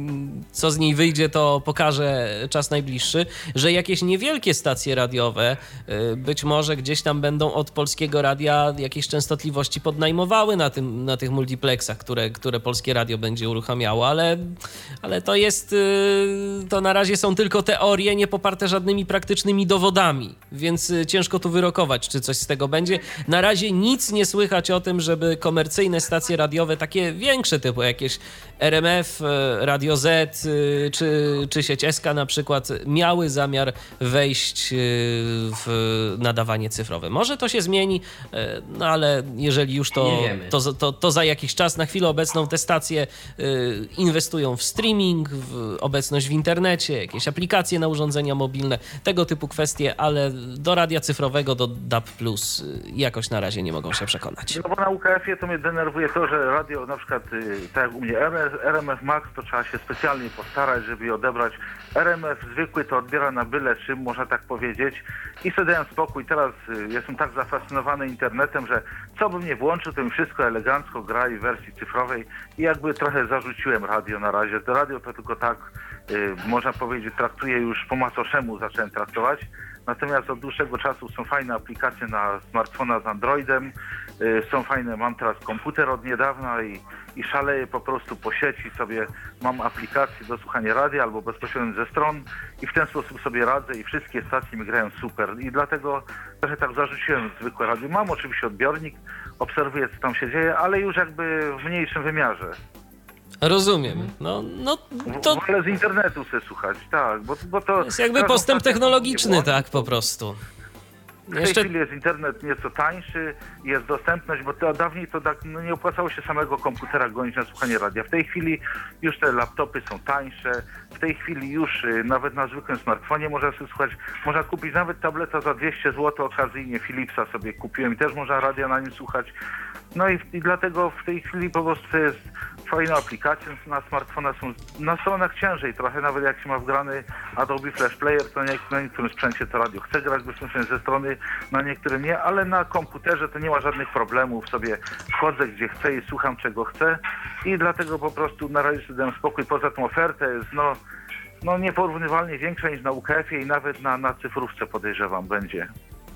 co z niej wyjdzie, to pokaże czas najbliższy, że jakieś niewielkie stacje radiowe być może gdzieś tam będą od Polskiego Radia jakieś częstotliwości podnajmowały na, tym, na tych multiplexach, które, które Polskie Radio będzie uruchamiało, ale, ale to jest, to na razie są tylko teorie, nie poparte żadnymi praktycznymi dowodami, więc ciężko tu wyrokować, czy coś z tego będzie. Na razie nic nie słychać o tym, żeby komercyjne stacje radiowe, takie większe typu jakieś R M F, Radio Z czy, czy sieć S K na przykład, miały zamiar wejść w nadawanie cyfrowe. Może to się zmieni, no ale jeżeli już to, to, to, to za jakiś czas. Na chwilę obecną te stacje inwestują w streaming, w obecność w internecie, jakieś aplikacje na urządzenia mobilne, tego typu kwestie, ale do radia cyfrowego, do D A B plus jakoś na razie nie mogą się przekonać. No bo na U K F-ie to mnie denerwuje to, że radio na przykład, tak jak u mnie R M F Max, to trzeba się specjalnie postarać, żeby je odebrać. R M F zwykły to odbiera na byle czym, można tak powiedzieć, i sobie dałem spokój. Teraz jestem tak zafascynowany internetem, że co bym nie włączył, to mi wszystko elegancko gra i w wersji cyfrowej i jakby trochę zarzuciłem radio na razie. To radio to tylko tak, yy, można powiedzieć, traktuję już po macoszemu, zacząłem traktować. Natomiast od dłuższego czasu są fajne aplikacje na smartfona z Androidem, yy, są fajne, mam teraz komputer od niedawna i, i szaleję po prostu po sieci sobie, mam aplikacje do słuchania radia albo bezpośrednio ze stron i w ten sposób sobie radzę i wszystkie stacje mi grają super i dlatego trochę tak zarzuciłem zwykłe radio. Mam oczywiście odbiornik, obserwuję co tam się dzieje, ale już jakby w mniejszym wymiarze. Rozumiem. No, no to... Ale z internetu chcę słuchać, tak, bo, bo to... jest jakby postęp technologiczny, tak, po prostu. W tej Jeszcze... chwili jest internet nieco tańszy, jest dostępność, bo to, dawniej to tak, no nie opłacało się samego komputera gonić na słuchanie radia. W tej chwili już te laptopy są tańsze, w tej chwili już y, nawet na zwykłym smartfonie można sobie słuchać, można kupić nawet tableta za dwieście złotych okazyjnie, Philipsa sobie kupiłem i też można radia na nim słuchać. No i, i dlatego w tej chwili po prostu jest fajne aplikacje na smartfona, są na stronach ciężej trochę, nawet jak się ma wgrany Adobe Flash Player, to nie, na niektórym sprzęcie to radio chce grać bezpośrednio ze strony, na niektórym nie, ale na komputerze to nie ma żadnych problemów, sobie wchodzę gdzie chcę i słucham czego chcę i dlatego po prostu na razie sobie dałem spokój. Poza tą ofertę jest no, no nieporównywalnie większa niż na U K F-ie i nawet na, na cyfrówce podejrzewam będzie.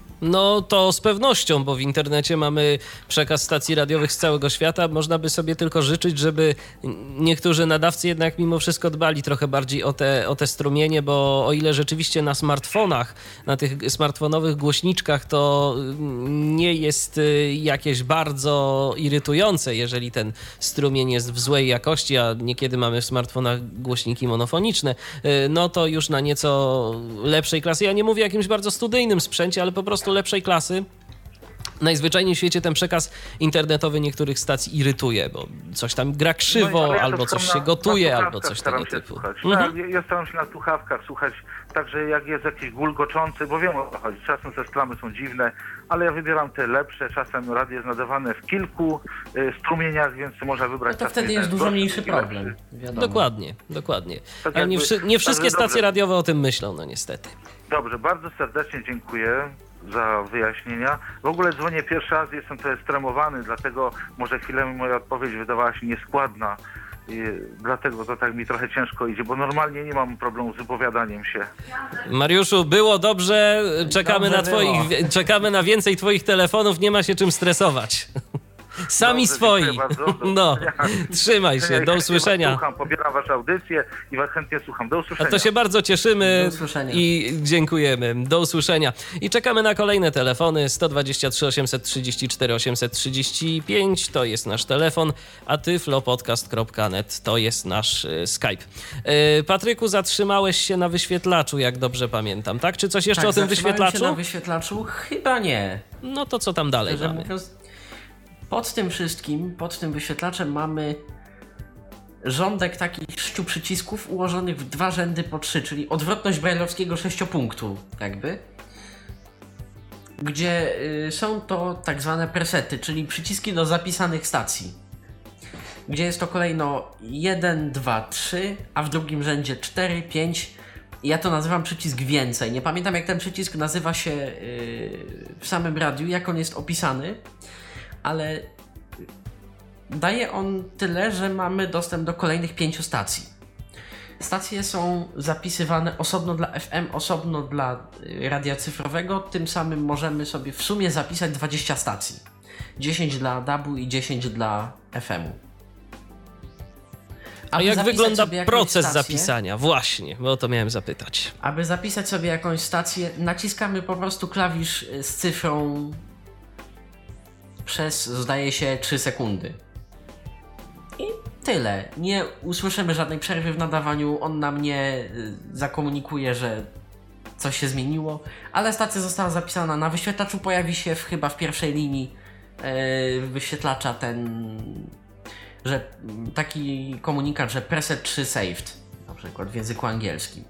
No to z pewnością, bo w internecie mamy przekaz stacji radiowych z całego świata. Można by sobie tylko życzyć, żeby niektórzy nadawcy jednak mimo wszystko dbali trochę bardziej o te, o te strumienie, bo o ile rzeczywiście na smartfonach, na tych smartfonowych głośniczkach to nie jest jakieś bardzo irytujące, jeżeli ten strumień jest w złej jakości, a niekiedy mamy w smartfonach głośniki monofoniczne, no to już na nieco lepszej klasy. Ja nie mówię o jakimś bardzo studyjnym sprzęcie, ale po prostu lepszej klasy. Najzwyczajniej w świecie ten przekaz internetowy niektórych stacji irytuje, bo coś tam gra krzywo, no ja albo coś się na, gotuje, na albo coś tego typu. Mhm. Tak, ja, ja staram się na słuchawkach słuchać, także jak jest jakiś gulgoczący, bo wiem o co chodzi, czasem te splamy są dziwne, ale ja wybieram te lepsze, czasem radio jest nadawane w kilku y, strumieniach, więc można wybrać... No to wtedy jest dużo mniejszy problem. Wiadomo. Dokładnie, dokładnie. Tak ale nie, wszy- nie wszystkie stacje dobrze. radiowe o tym myślą, no niestety. Dobrze, bardzo serdecznie dziękuję za wyjaśnienia. W ogóle dzwonię pierwszy raz, jestem trochę stremowany, dlatego może chwilę moja odpowiedź wydawała się nieskładna. I dlatego to tak mi trochę ciężko idzie, bo normalnie nie mam problemu z wypowiadaniem się. Mariuszu, było dobrze, czekamy, dobrze na, twoich, czekamy na więcej twoich telefonów, nie ma się czym stresować. Sami Dobrze, swoi. No, trzymaj się, do usłyszenia. Słucham, pobieram wasze audycje i was chętnie słucham. Do usłyszenia. A to się bardzo cieszymy i dziękujemy. Do usłyszenia. I czekamy na kolejne telefony. sto dwadzieścia trzy osiemset trzydzieści cztery osiemset trzydzieści pięć to jest nasz telefon, a tyflopodcast kropka net to jest nasz y, Skype. Y, Patryku, zatrzymałeś się na wyświetlaczu, jak dobrze pamiętam, tak? Czy coś jeszcze tak, o tym wyświetlaczu? Się na wyświetlaczu? Chyba nie. No to co tam dalej mamy? Mówiąc, pod tym wszystkim, pod tym wyświetlaczem mamy rządek takich sześciu przycisków ułożonych w dwa rzędy po trzy, czyli odwrotność brajlowskiego sześciopunktu jakby, gdzie y, są to tak zwane presety, czyli przyciski do zapisanych stacji, gdzie jest to kolejno jeden, dwa, trzy, a w drugim rzędzie cztery, pięć. Ja to nazywam przycisk więcej. Nie pamiętam jak ten przycisk nazywa się y, w samym radiu, jak on jest opisany, ale daje on tyle, że mamy dostęp do kolejnych pięciu stacji. Stacje są zapisywane osobno dla F M, osobno dla radia cyfrowego. Tym samym możemy sobie w sumie zapisać dwadzieścia stacji. dziesięć dla D A B-u i dziesięć dla F M-u. A jak wygląda proces stację, zapisania? Właśnie, bo o to miałem zapytać. Aby zapisać sobie jakąś stację, naciskamy po prostu klawisz z cyfrą przez, zdaje się, trzy sekundy. I tyle. Nie usłyszymy żadnej przerwy w nadawaniu, on nam nie zakomunikuje, że coś się zmieniło, ale stacja została zapisana na wyświetlaczu, pojawi się w, chyba w pierwszej linii yy, wyświetlacza ten, że taki komunikat, że preset trzy saved, na przykład w języku angielskim.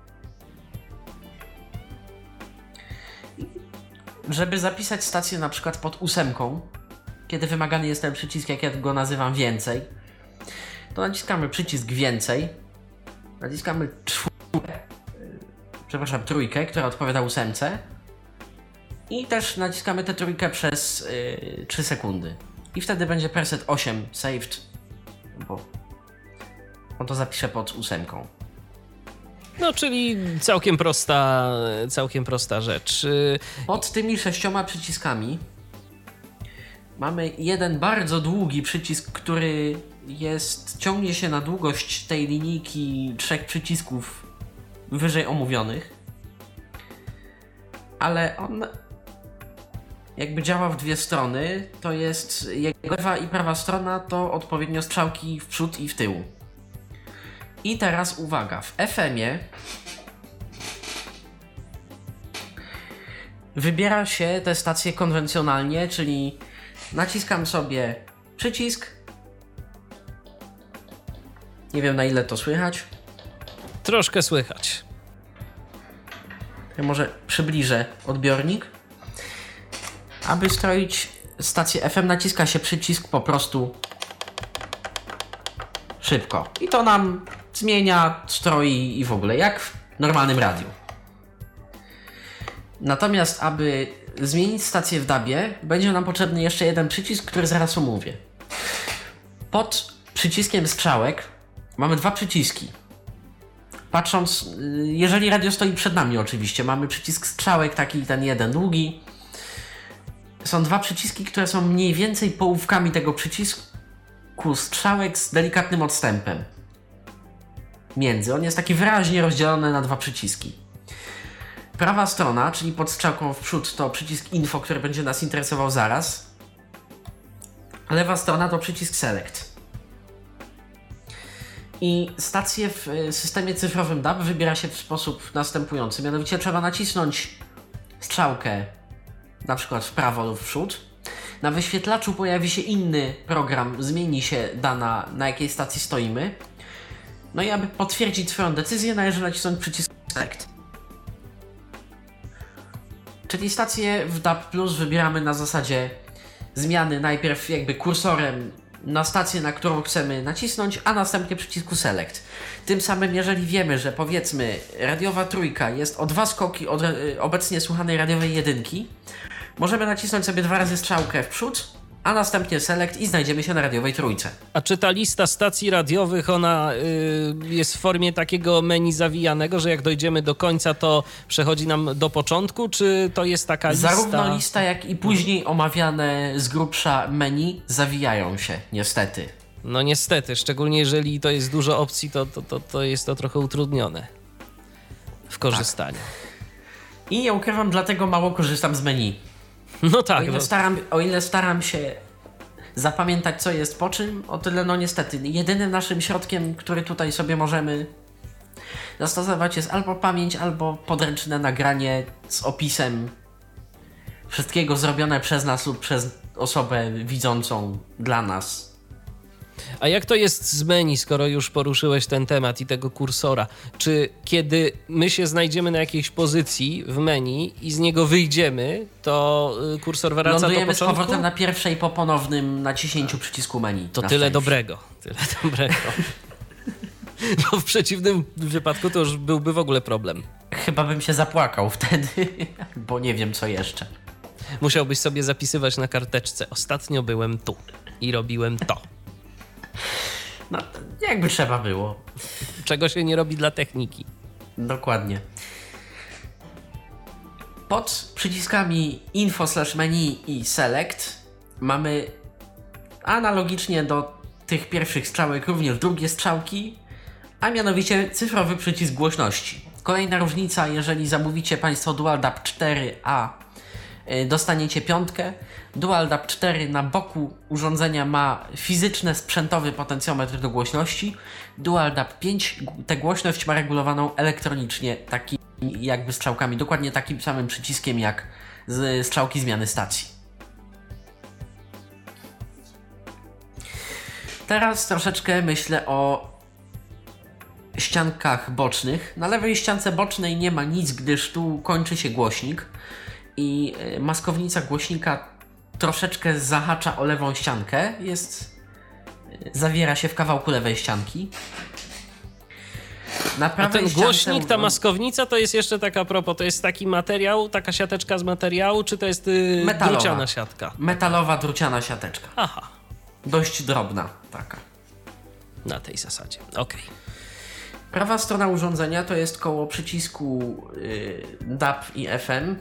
Żeby zapisać stację na przykład pod ósemką, kiedy wymagany jest ten przycisk, jak ja go nazywam, więcej, to naciskamy przycisk więcej, naciskamy czwórkę, przepraszam, trójkę, która odpowiada ósemce i też naciskamy tę trójkę przez yy, trzy sekundy. I wtedy będzie preset osiem saved, bo on to zapisze pod ósemką. No, czyli całkiem prosta, całkiem prosta rzecz. Pod tymi sześcioma przyciskami mamy jeden bardzo długi przycisk, który jest, ciągnie się na długość tej linijki trzech przycisków wyżej omówionych, ale on jakby działa w dwie strony. To jest jego lewa i prawa strona to odpowiednio strzałki w przód i w tył. I teraz uwaga, w F M-ie wybiera się te stacje konwencjonalnie, czyli naciskam sobie przycisk. Nie wiem, na ile to słychać. Troszkę słychać. Ja może przybliżę odbiornik. Aby stroić stację F M, naciska się przycisk po prostu szybko. I to nam zmienia, stroi i w ogóle, jak w normalnym radiu. Natomiast aby zmienić stację w D A B-ie, będzie nam potrzebny jeszcze jeden przycisk, który zaraz omówię. Pod przyciskiem strzałek mamy dwa przyciski. Patrząc, jeżeli radio stoi przed nami oczywiście, mamy przycisk strzałek, taki ten jeden długi. Są dwa przyciski, które są mniej więcej połówkami tego przycisku strzałek z delikatnym odstępem między. On jest taki wyraźnie rozdzielony na dwa przyciski. Prawa strona, czyli pod strzałką w przód, to przycisk info, który będzie nas interesował zaraz. Lewa strona to przycisk select. I stację w systemie cyfrowym D A B wybiera się w sposób następujący. Mianowicie trzeba nacisnąć strzałkę na przykład w prawo lub w przód. Na wyświetlaczu pojawi się inny program, zmieni się dana, na jakiej stacji stoimy. No i aby potwierdzić swoją decyzję, należy nacisnąć przycisk select. Czyli stację w D A B plus wybieramy na zasadzie zmiany najpierw jakby kursorem na stację, na którą chcemy nacisnąć, a następnie przycisku select. Tym samym, jeżeli wiemy, że powiedzmy radiowa trójka jest o dwa skoki od obecnie słuchanej radiowej jedynki, możemy nacisnąć sobie dwa razy strzałkę w przód, a następnie select i znajdziemy się na radiowej trójce. A czy ta lista stacji radiowych, ona y, jest w formie takiego menu zawijanego, że jak dojdziemy do końca, to przechodzi nam do początku, czy to jest taka lista? Zarówno lista, jak i później omawiane z grubsza menu zawijają się, niestety. No niestety, szczególnie jeżeli to jest dużo opcji, to, to, to, to jest to trochę utrudnione w korzystaniu. Tak. I nie ukrywam, dlatego mało korzystam z menu. No tak. O ile, no. staram, o ile staram się zapamiętać, co jest po czym, o tyle no niestety jedynym naszym środkiem, który tutaj sobie możemy zastosować, jest albo pamięć, albo podręczne nagranie z opisem wszystkiego zrobione przez nas lub przez osobę widzącą dla nas. A jak to jest z menu, skoro już poruszyłeś ten temat i tego kursora? Czy kiedy my się znajdziemy na jakiejś pozycji w menu i z niego wyjdziemy, to kursor wraca do początku? Lądujemy z powrotem na pierwszej po ponownym naciśnięciu przycisku menu. To tyle dobrego. Tyle dobrego. Bo w przeciwnym wypadku to już byłby w ogóle problem. Chyba bym się zapłakał wtedy, bo nie wiem co jeszcze. Musiałbyś sobie zapisywać na karteczce. Ostatnio byłem tu i robiłem to. No, jakby trzeba było. czego się nie robi dla techniki. Dokładnie. Pod przyciskami info slash menu i select mamy analogicznie do tych pierwszych strzałek również drugie strzałki, a mianowicie cyfrowy przycisk głośności. Kolejna różnica, jeżeli zamówicie Państwo DualDAP cztery A, dostaniecie piątkę. DualDAP cztery na boku urządzenia ma fizyczny, sprzętowy potencjometr do głośności. DualDAP pięć tę głośność ma regulowaną elektronicznie, taki jakby strzałkami, dokładnie takim samym przyciskiem jak z strzałki zmiany stacji. Teraz troszeczkę myślę o ściankach bocznych. Na lewej ściance bocznej nie ma nic, gdyż tu kończy się głośnik i maskownica głośnika troszeczkę zahacza o lewą ściankę. Jest, zawiera się w kawałku lewej ścianki. Na A ten ściance... głośnik, ta maskownica to jest jeszcze taka propos, to jest taki materiał, taka siateczka z materiału, czy to jest yy, Metalowa. druciana siatka? Metalowa, druciana siateczka. Aha. Dość drobna taka. Na tej zasadzie, okej. Okay. Prawa strona urządzenia to jest koło przycisku yy, D A B i F M.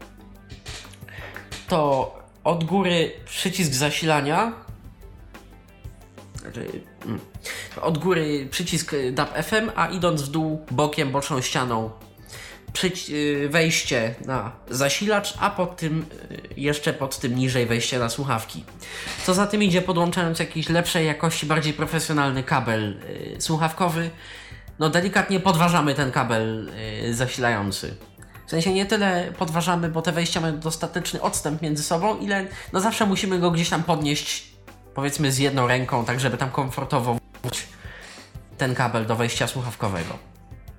To od góry przycisk zasilania. Znaczy, mm, od góry przycisk D A B F M, a idąc w dół bokiem, boczną ścianą przyci- yy, wejście na zasilacz, a pod tym yy, jeszcze pod tym niżej wejście na słuchawki. Co za tym idzie, podłączając jakiś lepszej jakości, bardziej profesjonalny kabel yy, słuchawkowy, no delikatnie podważamy ten kabel yy, zasilający. W sensie nie tyle podważamy, bo te wejścia mają dostateczny odstęp między sobą, ile no zawsze musimy go gdzieś tam podnieść, powiedzmy z jedną ręką, tak żeby tam komfortowo włożyć ten kabel do wejścia słuchawkowego.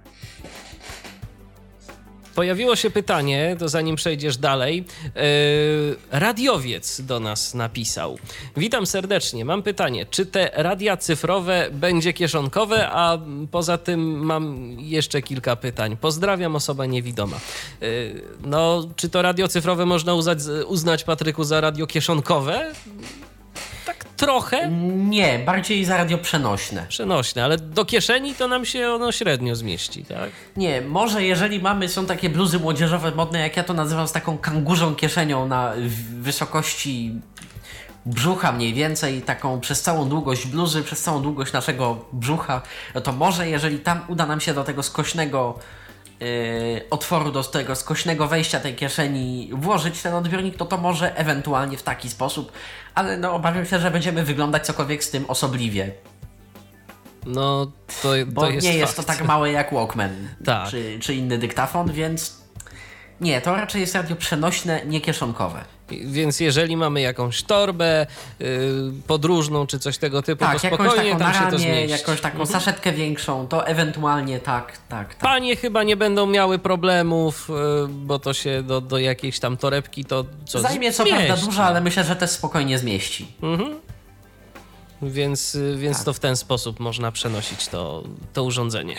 Pojawiło się pytanie, to zanim przejdziesz dalej, yy, radiowiec do nas napisał. Witam serdecznie, mam pytanie, czy te radia cyfrowe będzie kieszonkowe, a poza tym mam jeszcze kilka pytań. Pozdrawiam, osoba niewidoma. Yy, no, czy to radio cyfrowe można uznać, uznać, Patryku, za radio kieszonkowe? Tak trochę. Nie, bardziej za radio przenośne. Przenośne, ale do kieszeni to nam się ono średnio zmieści, tak? Nie, może jeżeli mamy, są takie bluzy młodzieżowe modne, jak ja to nazywam, z taką kangurzą kieszenią na wysokości brzucha mniej więcej, taką przez całą długość bluzy, przez całą długość naszego brzucha, no to może jeżeli tam uda nam się do tego skośnego Yy, otworu, do tego skośnego wejścia tej kieszeni włożyć ten odbiornik, to to może ewentualnie w taki sposób, ale no obawiam się, że będziemy wyglądać cokolwiek z tym osobliwie. No to, to Bo jest nie fakt. jest to tak małe jak Walkman Tak. czy, czy inny dyktafon, więc nie, to raczej jest radio przenośne, nie kieszonkowe. Więc jeżeli mamy jakąś torbę yy, podróżną czy coś tego typu, Tak, to jakąś spokojnie taką tam na się to ramię, zmieści. jakąś taką Mhm. saszetkę większą, to ewentualnie tak, tak, tak. Panie chyba nie będą miały problemów, yy, bo to się do, do jakiejś tam torebki to co Zajmie co zmieści. prawda dużo, ale myślę, że też spokojnie zmieści. Mhm. Więc, yy, więc Tak. to w ten sposób można przenosić to, to urządzenie.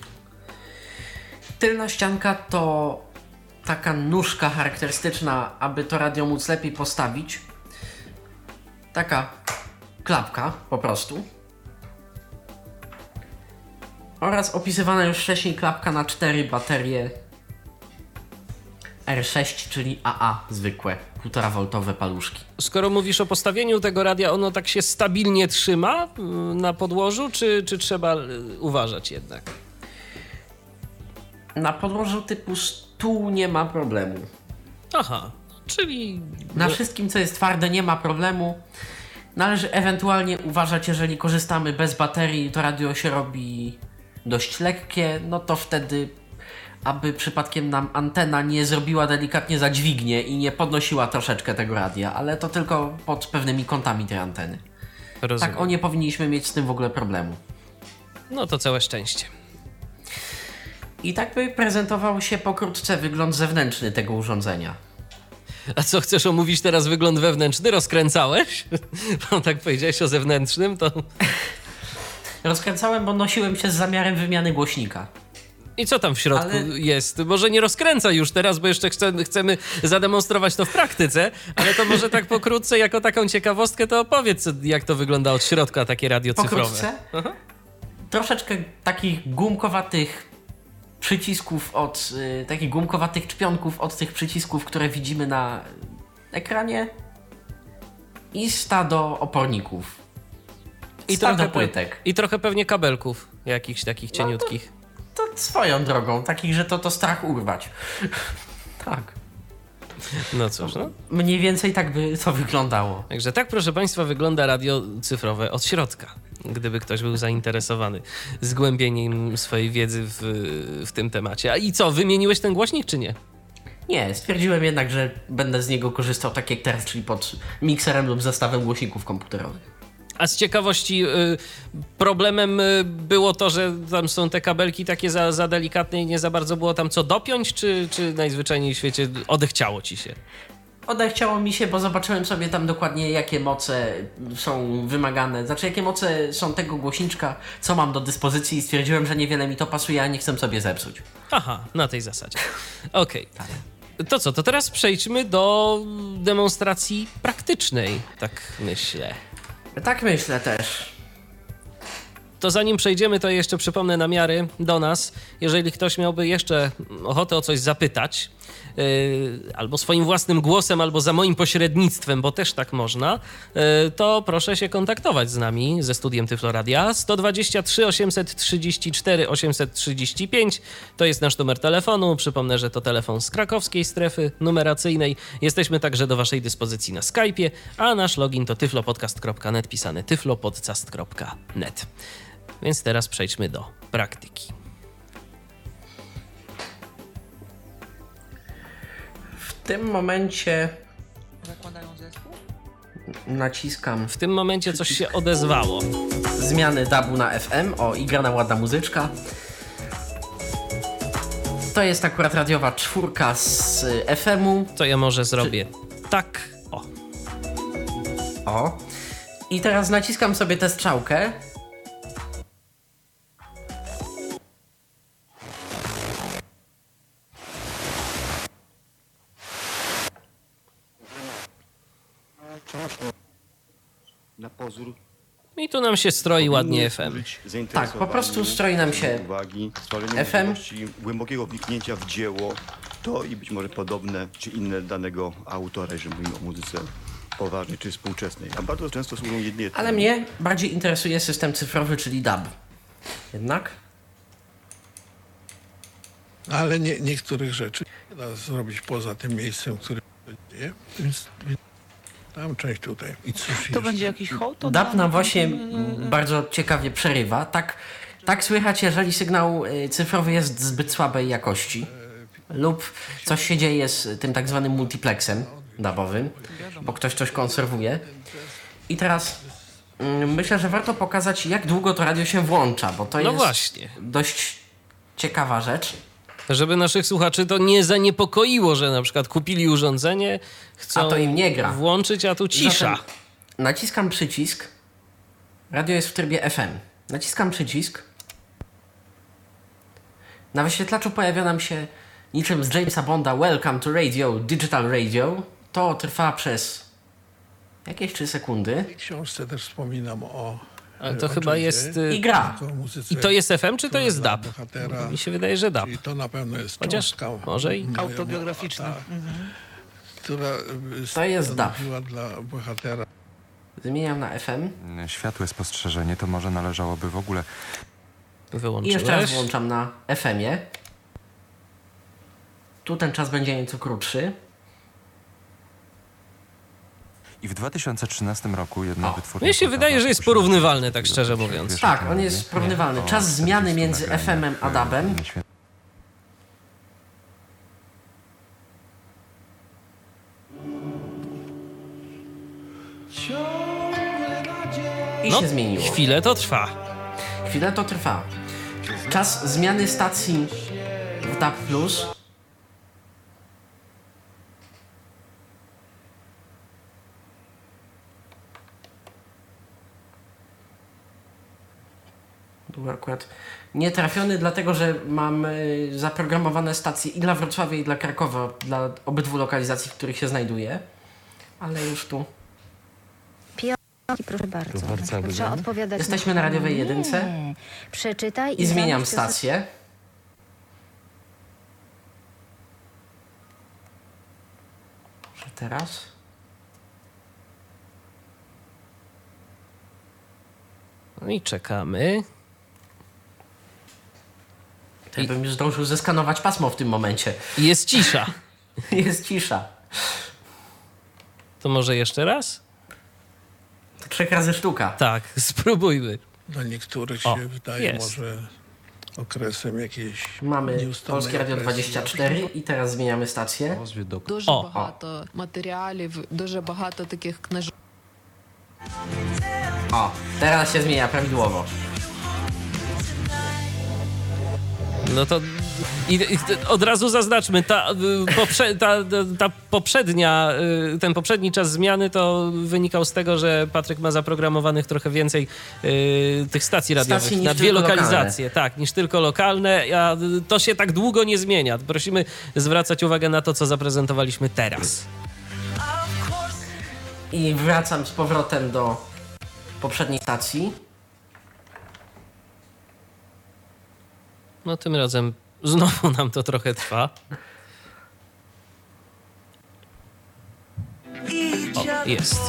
Tylna ścianka to taka nóżka charakterystyczna, aby to radio móc lepiej postawić. Taka klapka po prostu. Oraz opisywana już wcześniej klapka na cztery baterie R sześć, czyli A A zwykłe, półtora woltowe paluszki. Skoro mówisz o postawieniu tego radia, ono tak się stabilnie trzyma yy, na podłożu, czy, czy trzeba yy, uważać jednak? Na podłożu typu stół nie ma problemu. Aha, czyli... Na wszystkim, co jest twarde, nie ma problemu. Należy ewentualnie uważać, jeżeli korzystamy bez baterii, to radio się robi dość lekkie, no to wtedy, aby przypadkiem nam antena nie zrobiła delikatnie za dźwignię i nie podnosiła troszeczkę tego radia, ale to tylko pod pewnymi kątami tej anteny. Rozumiem. Tak, o nie powinniśmy mieć z tym w ogóle problemu. No to całe szczęście. I tak by prezentował się pokrótce wygląd zewnętrzny tego urządzenia. A co, chcesz omówić teraz wygląd wewnętrzny? Rozkręcałeś? Bo tak powiedziałeś o zewnętrznym, to... Rozkręcałem, bo nosiłem się z zamiarem wymiany głośnika. I co tam w środku Ale- jest? Może nie rozkręcaj już teraz, bo jeszcze chcemy, chcemy zademonstrować to w praktyce, ale to może tak pokrótce, jako taką ciekawostkę, to opowiedz, jak to wygląda od środka, takie radio cyfrowe. Pokrótce? Aha. troszeczkę takich gumkowatych przycisków od, y, takich gumkowatych czpionków od tych przycisków, które widzimy na ekranie i stado oporników. I Stado trochę, pe- płytek. I trochę pewnie kabelków jakichś takich cieniutkich. To swoją drogą, takich, że to to strach urwać. Tak. No cóż, no. Mniej więcej tak by to wyglądało. Także tak, proszę Państwa, wygląda radio cyfrowe od środka. Gdyby ktoś był zainteresowany zgłębieniem swojej wiedzy w, w tym temacie. A i co, wymieniłeś ten głośnik, czy nie? Nie, stwierdziłem jednak, że będę z niego korzystał tak jak teraz, czyli pod mikserem lub zestawem głośników komputerowych. A z ciekawości y, problemem y, było to, że tam są te kabelki takie za, za delikatne i nie za bardzo było tam co dopiąć, czy, czy najzwyczajniej w świecie odechciało ci się? Odechciało mi się, bo zobaczyłem sobie tam dokładnie, jakie moce są wymagane, znaczy jakie moce są tego głośniczka, co mam do dyspozycji i stwierdziłem, że niewiele mi to pasuje, a nie chcę sobie zepsuć. Aha, na tej zasadzie. Okej. Okay. To co, to teraz przejdźmy do demonstracji praktycznej, tak myślę. Tak myślę też. To zanim przejdziemy, to jeszcze przypomnę namiary do nas. Jeżeli ktoś miałby jeszcze ochotę o coś zapytać, yy, albo swoim własnym głosem, albo za moim pośrednictwem, bo też tak można, yy, to proszę się kontaktować z nami, ze studiem Tyflo Radia. sto dwadzieścia trzy osiemset trzydzieści cztery osiemset trzydzieści pięć to jest nasz numer telefonu. Przypomnę, że to telefon z krakowskiej strefy numeracyjnej. Jesteśmy także do waszej dyspozycji na Skype'ie, a nasz login to tyflopodcast kropka net, pisane tyflopodcast kropka net. Więc teraz przejdźmy do praktyki. W tym momencie Zakładają zespół? naciskam W tym momencie coś się odezwało. zmiany dabu na F M. O, i grana ładna muzyczka. To jest akurat radiowa czwórka z F M-u. To ja może zrobię tak. O. O. I teraz naciskam sobie tę strzałkę. Na pozór. I tu nam się stroi ładnie F M. Tak, po prostu stroi nam się uwagi, F M. głębokiego wniknięcia w dzieło, to i być może podobne czy inne danego autora, jeżeli mówimy o muzyce poważnej czy współczesnej. A bardzo często służą jedynie. Ale mnie bardziej interesuje system cyfrowy, czyli D A B. Jednak? Ale nie, niektórych rzeczy nie da zrobić poza tym miejscem, w którym to dzieje, więc tam część tutaj. I cóż To jeszcze? będzie jakiś hołd? D A B nam właśnie mm, bardzo ciekawie przerywa. Tak, tak słychać, jeżeli sygnał y, cyfrowy jest zbyt słabej jakości lub coś się dzieje z tym tak zwanym multiplexem dabowym, bo ktoś coś konserwuje. I teraz mm, myślę, że warto pokazać, jak długo to radio się włącza, bo to No jest właśnie. dość ciekawa rzecz. Żeby naszych słuchaczy to nie zaniepokoiło, że na przykład kupili urządzenie, chcą A to im nie gra. włączyć, a tu cisza. Zatem naciskam przycisk. Radio jest w trybie F M. Naciskam przycisk. Na wyświetlaczu pojawia nam się niczym z Jamesa Bonda Welcome to Radio, Digital Radio. To trwa przez jakieś trzy sekundy. W książce też wspominam o Ale to o chyba czymś, jest... nie? y, I gra. O muzyce, I to jest F M, czy to która jest dla D A B? bohatera, Mi się wydaje, że D A B. czyli to na pewno jest Chociaż cząstka może i- moja Autobiograficzna. mowa, tak, która y, To jest D A B. stanowiła dla bohatera. Zmieniam na F M. Światłe spostrzeżenie to może należałoby w ogóle. I Wyłączyłeś. jeszcze raz włączam na F M-ie. Tu ten czas będzie nieco krótszy. I w dwa tysiące trzynastym roku jedna wytwórnia. Mnie się podała wydaje, że jest poszerzenie porównywalny, tak tego szczerze typu mówiąc. wiesz, Tak, jak on to jest mówię? porównywalny. O Czas zmiany czterdziestu między nagraniach, F M-em a D A B-em. e, nieświetl- I No, się zmieniło. chwilę to trwa. Chwilę to trwa. Czas zmiany stacji w D A B plus. Był akurat nietrafiony, dlatego że mam y, zaprogramowane stacje i dla Wrocławia, i dla Krakowa, dla obydwu lokalizacji, w których się znajduje. Ale już tu Proszę bardzo. To bardzo Trzeba wygodnie. odpowiadać. Jesteśmy na radiowej Nie. jedynce. Przeczytaj i I zmieniam zamieść stację. Może teraz? No i czekamy. To ja bym już zdążył zeskanować pasmo w tym momencie. I jest cisza. Jest cisza. To może jeszcze raz? To trzech razy sztuka. Tak, spróbujmy. Dla niektórych się O, wydaje jest. może okresem jakiejś Mamy nieustannej Polskie Radio opresji. dwadzieścia cztery i teraz zmieniamy stację. Розвідок. Дуже О. багато матеріалів, дуже багато таких книжок. O, teraz się zmienia prawidłowo. No to i, i od razu zaznaczmy, ta, y, poprze, ta, ta poprzednia, y, ten poprzedni czas zmiany to wynikał z tego, że Patryk ma zaprogramowanych trochę więcej y, tych stacji radiowych Stacji niż na dwie tylko lokalizacje, tak, niż tylko lokalne, a y, to się tak długo nie zmienia. Prosimy zwracać uwagę na to, co zaprezentowaliśmy teraz. I wracam z powrotem do poprzedniej stacji. No tym razem znowu nam to trochę trwa. O, jest.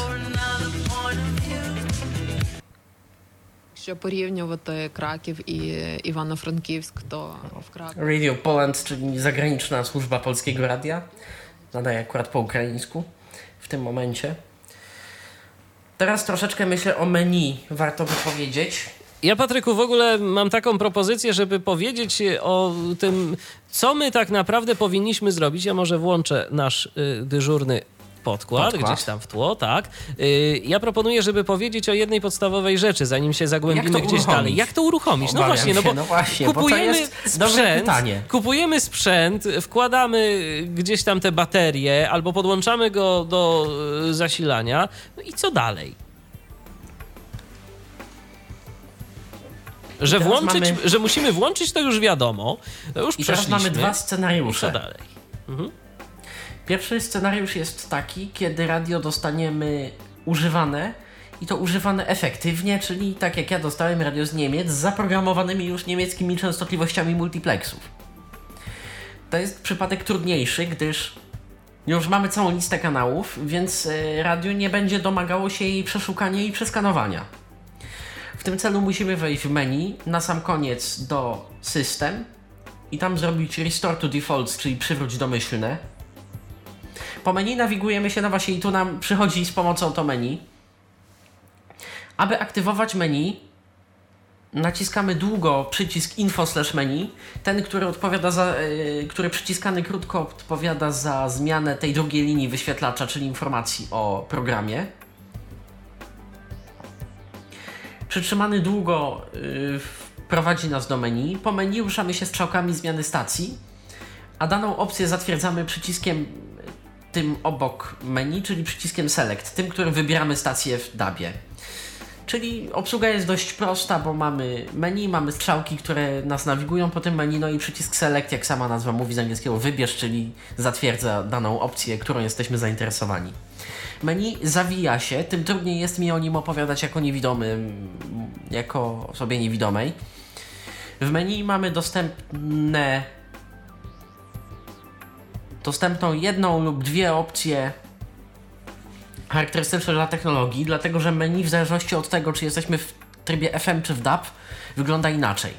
Якщо порівнювати Краків і Івано-Франківськ, то в Кракові Radio Poland, czyli zagraniczna służba Polskiego Radia. Nadaje akurat po ukraińsku w tym momencie. Teraz troszeczkę myślę o menu, warto by powiedzieć. Ja, Patryku, w ogóle mam taką propozycję, żeby powiedzieć o tym, co my tak naprawdę powinniśmy zrobić. Ja może włączę nasz y, dyżurny podkład, Podkład. gdzieś tam w tło, tak. Y, ja proponuję, żeby powiedzieć o jednej podstawowej rzeczy, zanim się zagłębimy Jak to gdzieś uruchomić? dalej. Jak to uruchomić? No Obawiam właśnie, no bo, się, no właśnie, bo to kupujemy jest dobre sprzęt, pytanie. kupujemy sprzęt, wkładamy gdzieś tam te baterie albo podłączamy go do y, zasilania. No i co dalej? Że, teraz włączyć, mamy- że musimy włączyć, to już wiadomo. To już I teraz przeszliśmy. mamy dwa I co scenariusze. dalej? Pierwszy scenariusz jest taki, kiedy radio dostaniemy używane i to używane efektywnie, czyli tak jak ja dostałem radio z Niemiec z zaprogramowanymi już niemieckimi częstotliwościami multiplexów. To jest przypadek trudniejszy, gdyż już mamy całą listę kanałów, więc e, radio nie będzie domagało się jej przeszukania i przeskanowania. W tym celu musimy wejść w menu, na sam koniec do System i tam zrobić Restore to Defaults, czyli przywróć domyślne. Po menu nawigujemy się, no właśnie i tu nam przychodzi z pomocą to menu. Aby aktywować menu, naciskamy długo przycisk info slash menu, ten, który odpowiada za, yy, który przyciskany krótko odpowiada za zmianę tej drugiej linii wyświetlacza, czyli informacji o programie. Przytrzymany długo yy, prowadzi nas do menu. Po menu ruszamy się strzałkami zmiany stacji, a daną opcję zatwierdzamy przyciskiem tym obok menu, czyli przyciskiem Select, tym, którym wybieramy stację w dabie. Czyli obsługa jest dość prosta, bo mamy menu, mamy strzałki, które nas nawigują po tym menu, no i przycisk Select, jak sama nazwa mówi z angielskiego, wybierz, czyli zatwierdza daną opcję, którą jesteśmy zainteresowani. Menu zawija się, tym trudniej jest mi o nim opowiadać jako niewidomym, jako osobie niewidomej. W menu mamy dostępne dostępną jedną lub dwie opcje charakterystyczne dla technologii, dlatego że menu w zależności od tego, czy jesteśmy w trybie F M czy w D A B, wygląda inaczej.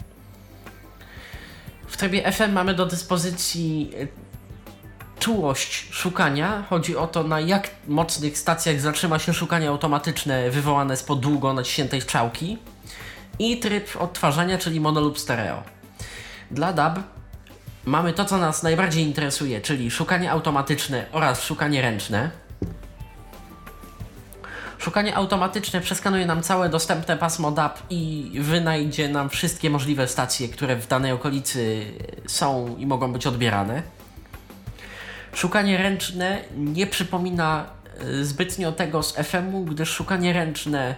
W trybie F M mamy do dyspozycji czułość szukania. Chodzi o to, na jak mocnych stacjach zatrzyma się szukanie automatyczne wywołane spod długo naciśniętej strzałki. I tryb odtwarzania, czyli mono lub stereo. Dla D A B mamy to, co nas najbardziej interesuje, czyli szukanie automatyczne oraz szukanie ręczne. Szukanie automatyczne przeskanuje nam całe dostępne pasmo D A B i wynajdzie nam wszystkie możliwe stacje, które w danej okolicy są i mogą być odbierane. Szukanie ręczne nie przypomina zbytnio tego z F M u, gdyż szukanie ręczne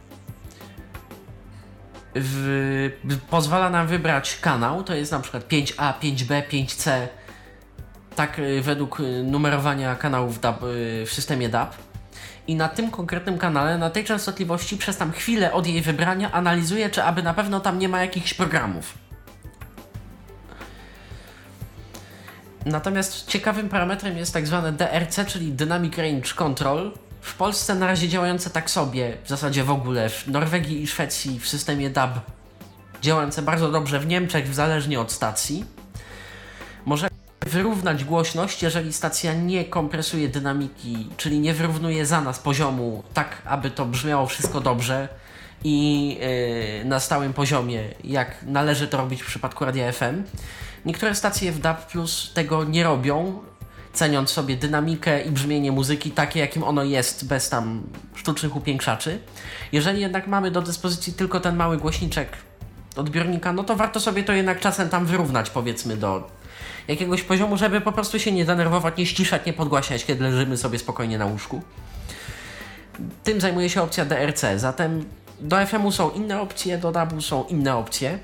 w, pozwala nam wybrać kanał, to jest na przykład pięć A, pięć B, pięć C, tak według numerowania kanałów D A B w systemie D A B. i na tym konkretnym kanale, na tej częstotliwości przez tam chwilę od jej wybrania analizuje, czy aby na pewno tam nie ma jakichś programów. Natomiast ciekawym parametrem jest tak zwane D R C, czyli Dynamic Range Control. W Polsce na razie działające tak sobie, w zasadzie w ogóle, w Norwegii i Szwecji w systemie D A B działające bardzo dobrze, w Niemczech zależnie od stacji. Może wyrównać głośność, jeżeli stacja nie kompresuje dynamiki, czyli nie wyrównuje za nas poziomu tak, aby to brzmiało wszystko dobrze i yy, na stałym poziomie, jak należy to robić w przypadku radia F M. Niektóre stacje w D A B plus tego nie robią, ceniąc sobie dynamikę i brzmienie muzyki takie, jakim ono jest, bez tam sztucznych upiększaczy. Jeżeli jednak mamy do dyspozycji tylko ten mały głośniczek odbiornika, no to warto sobie to jednak czasem tam wyrównać, powiedzmy, do jakiegoś poziomu, żeby po prostu się nie denerwować, nie ściszać, nie podgłaśniać, kiedy leżymy sobie spokojnie na łóżku. Tym zajmuje się opcja D R C, zatem do F M u są inne opcje, do D A B u są inne opcje.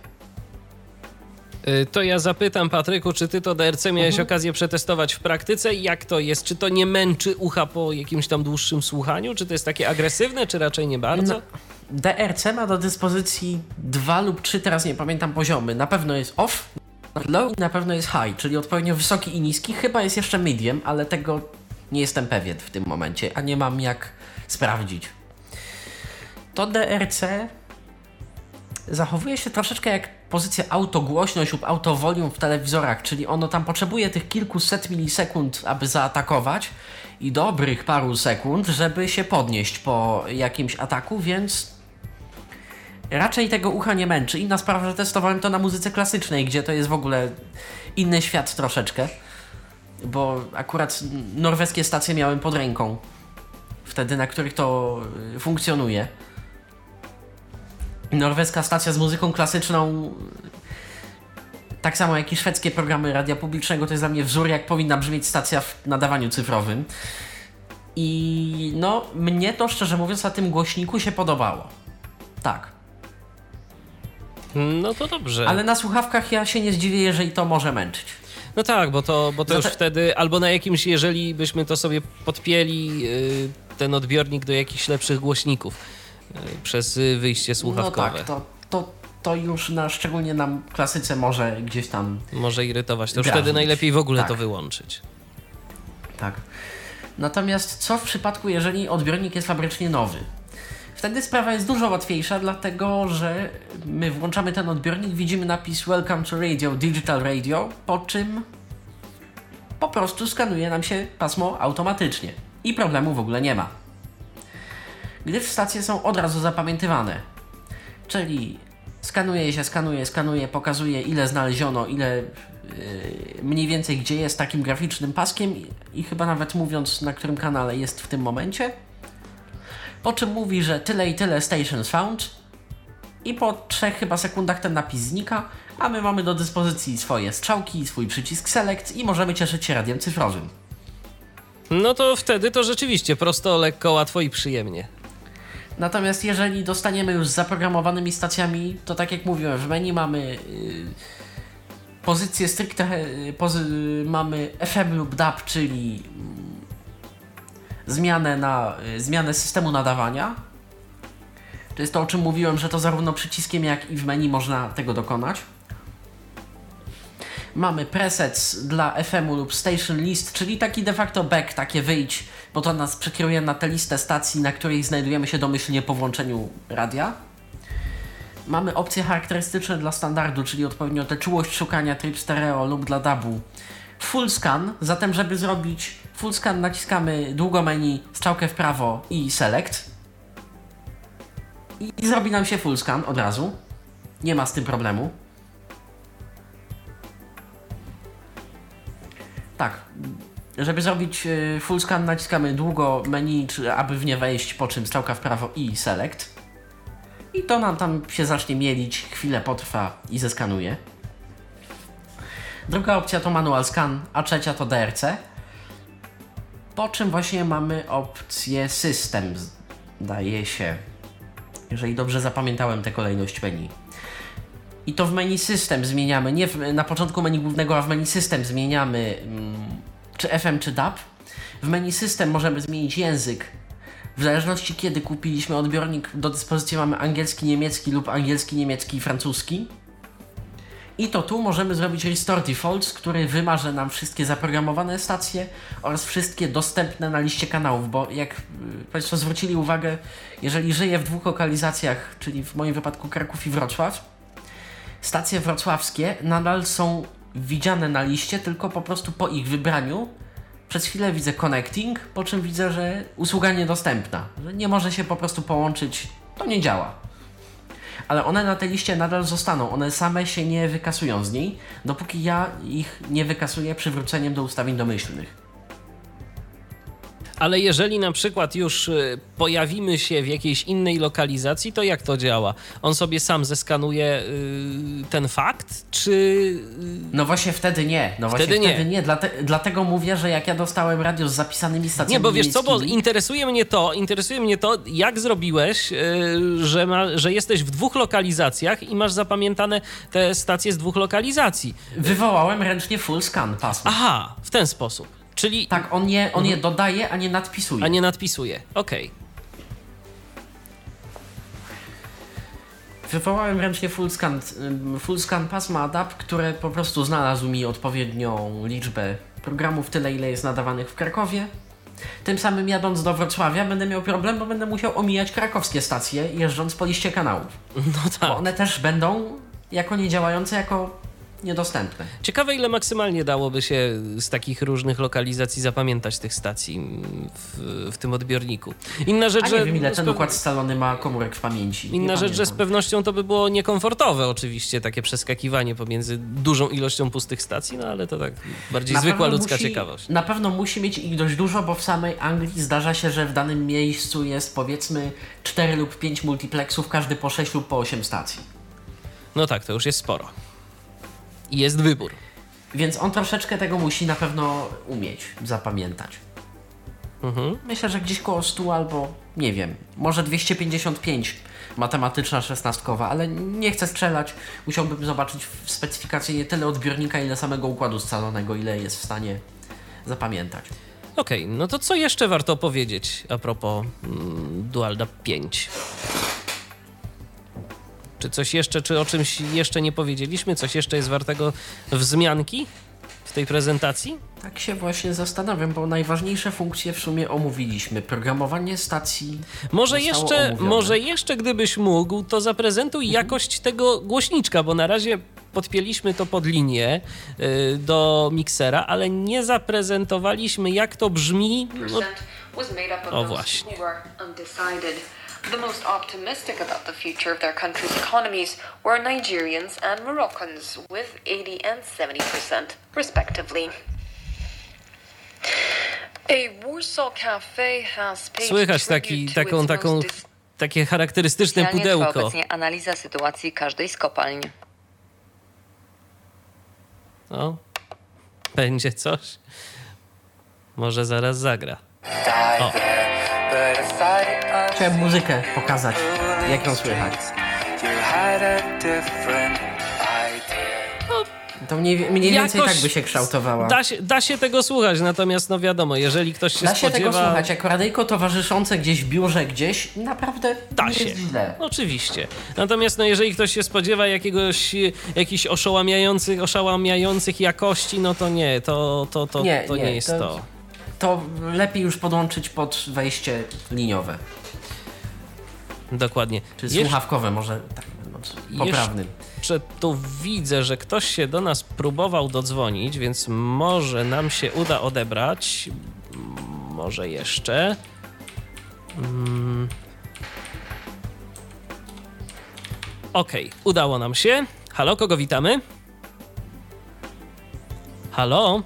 To ja zapytam, Patryku, czy ty to D R C miałeś mhm. okazję przetestować w praktyce? Jak to jest? Czy to nie męczy ucha po jakimś tam dłuższym słuchaniu? Czy to jest takie agresywne, czy raczej nie bardzo? No, D R C ma do dyspozycji dwa lub trzy, teraz nie pamiętam, poziomy. Na pewno jest off, low i na pewno jest high, czyli odpowiednio wysoki i niski. Chyba jest jeszcze medium, ale tego nie jestem pewien w tym momencie, a nie mam jak sprawdzić. To D R C zachowuje się troszeczkę jak pozycja autogłośność lub autovolume w telewizorach, czyli ono tam potrzebuje tych kilkuset milisekund, aby zaatakować i dobrych paru sekund, żeby się podnieść po jakimś ataku, więc raczej tego ucha nie męczy. Inna sprawa, że testowałem to na muzyce klasycznej, gdzie to jest w ogóle inny świat troszeczkę, bo akurat norweskie stacje miałem pod ręką wtedy, na których to funkcjonuje. Norweska stacja z muzyką klasyczną, tak samo jak i szwedzkie programy radia publicznego, to jest dla mnie wzór, jak powinna brzmieć stacja w nadawaniu cyfrowym. I no, mnie to szczerze mówiąc na tym głośniku się podobało. Tak. No to dobrze. Ale na słuchawkach ja się nie zdziwię, jeżeli to może męczyć. No tak, bo to, bo to Zate... już wtedy, albo na jakimś, jeżeli byśmy to sobie podpięli, yy, ten odbiornik do jakichś lepszych głośników yy, przez wyjście słuchawkowe. No tak, to, to, to już na, szczególnie na klasyce może gdzieś tam może irytować, to już drażnić. wtedy najlepiej w ogóle tak. to wyłączyć. Tak. Natomiast co w przypadku, jeżeli odbiornik jest fabrycznie nowy? Wtedy sprawa jest dużo łatwiejsza, dlatego że my włączamy ten odbiornik, widzimy napis Welcome to Radio, Digital Radio, po czym po prostu skanuje nam się pasmo automatycznie i problemu w ogóle nie ma. Gdyż stacje są od razu zapamiętywane, czyli skanuje się, skanuje, skanuje, pokazuje ile znaleziono, ile yy, mniej więcej gdzie jest takim graficznym paskiem i, i chyba nawet mówiąc na którym kanale jest w tym momencie. Po czym mówi, że tyle i tyle stations found i po trzech chyba sekundach ten napis znika, a my mamy do dyspozycji swoje strzałki, swój przycisk select i możemy cieszyć się radiem cyfrowym. No to wtedy to rzeczywiście prosto, lekko, łatwo i przyjemnie. Natomiast jeżeli dostaniemy już z zaprogramowanymi stacjami, to tak jak mówiłem, w menu mamy yy, pozycję stricte, yy, pozy- mamy F M lub D A B, czyli yy, zmianę, na, yy, zmianę systemu nadawania. To jest to, o czym mówiłem, że to zarówno przyciskiem, jak i w menu można tego dokonać. Mamy presets dla F M u lub station list, czyli taki de facto back, takie wyjdź, bo to nas przekieruje na tę listę stacji, na której znajdujemy się domyślnie po włączeniu radia. Mamy opcje charakterystyczne dla standardu, czyli odpowiednio tę czułość szukania, tryb stereo lub dla D A B u. Full scan, zatem żeby zrobić full scan naciskamy długo menu, strzałkę w prawo i select. I, i zrobi nam się full scan od razu. Nie ma z tym problemu. Tak, żeby zrobić full scan naciskamy długo menu, czy aby w nie wejść, po czym strzałka w prawo i select. I to nam tam się zacznie mielić, chwilę potrwa i zeskanuje. Druga opcja to manual scan, a trzecia to D R C. Po czym właśnie mamy opcję system, zdaje się, jeżeli dobrze zapamiętałem tę kolejność menu. I to w menu system zmieniamy, nie w, na początku menu głównego, a w menu system zmieniamy mm, czy F M, czy D A B. W menu system możemy zmienić język W zależności kiedy kupiliśmy odbiornik, do dyspozycji mamy angielski, niemiecki lub angielski, niemiecki i francuski. I to tu możemy zrobić Restore Defaults, który wymaże nam wszystkie zaprogramowane stacje oraz wszystkie dostępne na liście kanałów, bo jak Państwo zwrócili uwagę, jeżeli żyję w dwóch lokalizacjach, czyli w moim wypadku Kraków i Wrocław, stacje wrocławskie nadal są widziane na liście, tylko po prostu po ich wybraniu. Przez chwilę widzę connecting, po czym widzę, że usługa niedostępna, że nie może się po prostu połączyć, to nie działa. Ale one na tej liście nadal zostaną, one same się nie wykasują z niej, dopóki ja ich nie wykasuję przywróceniem do ustawień domyślnych. Ale jeżeli na przykład już pojawimy się w jakiejś innej lokalizacji, to jak to działa? On sobie sam zeskanuje yy, ten fakt, czy... No właśnie wtedy nie, no wtedy właśnie nie. wtedy nie, Dlate, dlatego mówię, że jak ja dostałem radio z zapisanymi stacjami Nie, bo wiesz co, bo miejskimi... interesuje mnie to, interesuje mnie to, jak zrobiłeś, yy, że, ma, że jesteś w dwóch lokalizacjach i masz zapamiętane te stacje z dwóch lokalizacji. Wywołałem ręcznie full scan pasma. Aha, w ten sposób. Czyli... Tak, on, nie, on mhm. je dodaje, a nie nadpisuje. A nie nadpisuje, okej. Okay. Wywołałem ręcznie full scan, full scan pasma adapt, które po prostu znalazł mi odpowiednią liczbę programów, tyle ile jest nadawanych w Krakowie. Tym samym jadąc do Wrocławia będę miał problem, bo będę musiał omijać krakowskie stacje, jeżdżąc po liście kanałów. No tak. Bo one też będą jako niedziałające, jako niedostępne. Ciekawe, ile maksymalnie dałoby się z takich różnych lokalizacji zapamiętać tych stacji w, w tym odbiorniku. Inna rzecz, A nie że wiem, ile ten pew... układ scalony ma komórek w pamięci. Inna nie rzecz, pamiętam. że z pewnością to by było niekomfortowe oczywiście, takie przeskakiwanie pomiędzy dużą ilością pustych stacji, no ale to tak bardziej Na zwykła pewno ludzka musi, ciekawość. Na pewno musi mieć ich dość dużo, bo w samej Anglii zdarza się, że w danym miejscu jest powiedzmy cztery lub pięć multiplexów, każdy po sześć lub po osiem stacji. No tak, to już jest sporo. I jest wybór. Więc on troszeczkę tego musi na pewno umieć zapamiętać. Mhm. Myślę, że gdzieś koło stu albo, nie wiem, może dwieście pięćdziesiąt pięć matematyczna szesnastkowa, ale nie chcę strzelać. Musiałbym zobaczyć w specyfikacji nie tyle odbiornika, ile samego układu scalonego, ile jest w stanie zapamiętać. Okej, okay, no to co jeszcze warto powiedzieć a propos mm, DualDAP pięć? Czy coś jeszcze, czy o czymś jeszcze nie powiedzieliśmy? Coś jeszcze jest wartego wzmianki w tej prezentacji? Tak się właśnie zastanawiam, bo najważniejsze funkcje w sumie omówiliśmy. Programowanie stacji Może zostało jeszcze, omówione. może jeszcze gdybyś mógł, to zaprezentuj mhm. jakość tego głośniczka, bo na razie podpięliśmy to pod linię y, do miksera, ale nie zaprezentowaliśmy, jak to brzmi. No, o właśnie. The most optimistic about the future of their country's economies were Nigerians and Moroccans, with eighty and seventy percent, respectively. A Warsaw cafe has paid Słychać taki, taką, taką, takie charakterystyczne pudełko. Obecnie analiza sytuacji każdej z kopalń. O, będzie coś. Może zaraz zagra. O. Chciałem muzykę pokazać, jak ją słychać. To mniej, mniej więcej Jakoś tak by się kształtowała. Da się, da się tego słuchać, natomiast no wiadomo, jeżeli ktoś się da się spodziewa... tego słuchać, jako radyjko towarzyszące gdzieś w biurze, gdzieś, naprawdę da nie się. jest źle. Oczywiście. Natomiast no, jeżeli ktoś się spodziewa jakiegoś, jakichś oszałamiających, oszałamiających jakości, no to nie, to, to, to, nie, to nie, nie jest to, to. To lepiej już podłączyć pod wejście liniowe. Dokładnie. Czy Jesz... słuchawkowe, może tak będąc poprawnym. Jeszcze tu widzę, że ktoś się do nas próbował dodzwonić, więc może nam się uda odebrać. Może jeszcze. Hmm. Okej, okay, udało nam się. Halo, kogo witamy? Halo?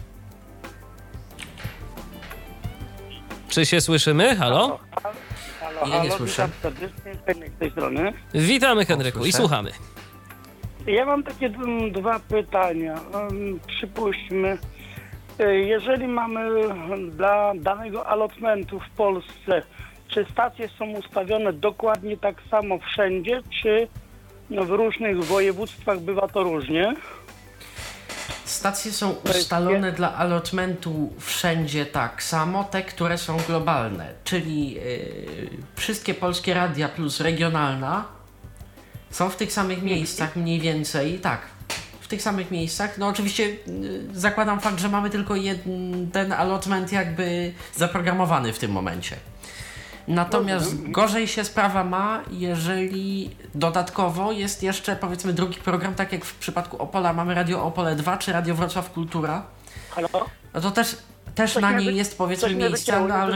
Czy się słyszymy? Halo? Halo, halo, Ja nie halo, słyszę. witam serdecznie, Henryk z tej strony. Witamy, Henryku, O, i słuchamy. Ja mam takie d- dwa pytania. Um, przypuśćmy, y, jeżeli mamy dla danego allotmentu w Polsce, czy stacje są ustawione dokładnie tak samo wszędzie, czy no, w różnych województwach bywa to różnie? Stacje są ustalone dla allotmentu wszędzie tak samo, te, które są globalne, czyli yy, wszystkie polskie radia plus regionalna są w tych samych miejscach mniej więcej, tak, w tych samych miejscach. No oczywiście yy, zakładam fakt, że mamy tylko jeden ten allotment jakby zaprogramowany w tym momencie. Natomiast gorzej się sprawa ma, jeżeli dodatkowo jest jeszcze, powiedzmy, drugi program, tak jak w przypadku Opola mamy Radio Opole dwa czy Radio Wrocław Kultura. Halo? No to też, też na niej jest, powiedzmy, miejsce, no ale...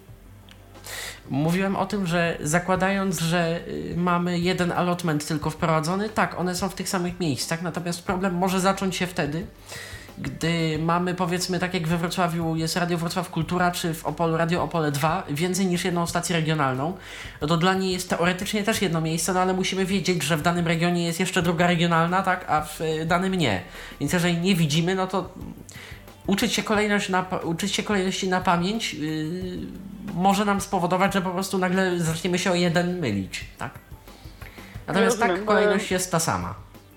Mówiłem o tym, że zakładając, że mamy jeden allotment tylko wprowadzony, tak, one są w tych samych miejscach, natomiast problem może zacząć się wtedy, gdy mamy, powiedzmy, tak jak we Wrocławiu jest Radio Wrocław Kultura, czy w Opolu Radio Opole dwa, więcej niż jedną stację regionalną, no to dla niej jest teoretycznie też jedno miejsce, no ale musimy wiedzieć, że w danym regionie jest jeszcze druga regionalna, tak, a w danym nie. Więc jeżeli nie widzimy, no to uczyć się, kolejność na, uczyć się kolejności na pamięć yy, może nam spowodować, że po prostu nagle zaczniemy się o jeden mylić, tak? Natomiast tak, kolejność jest ta sama.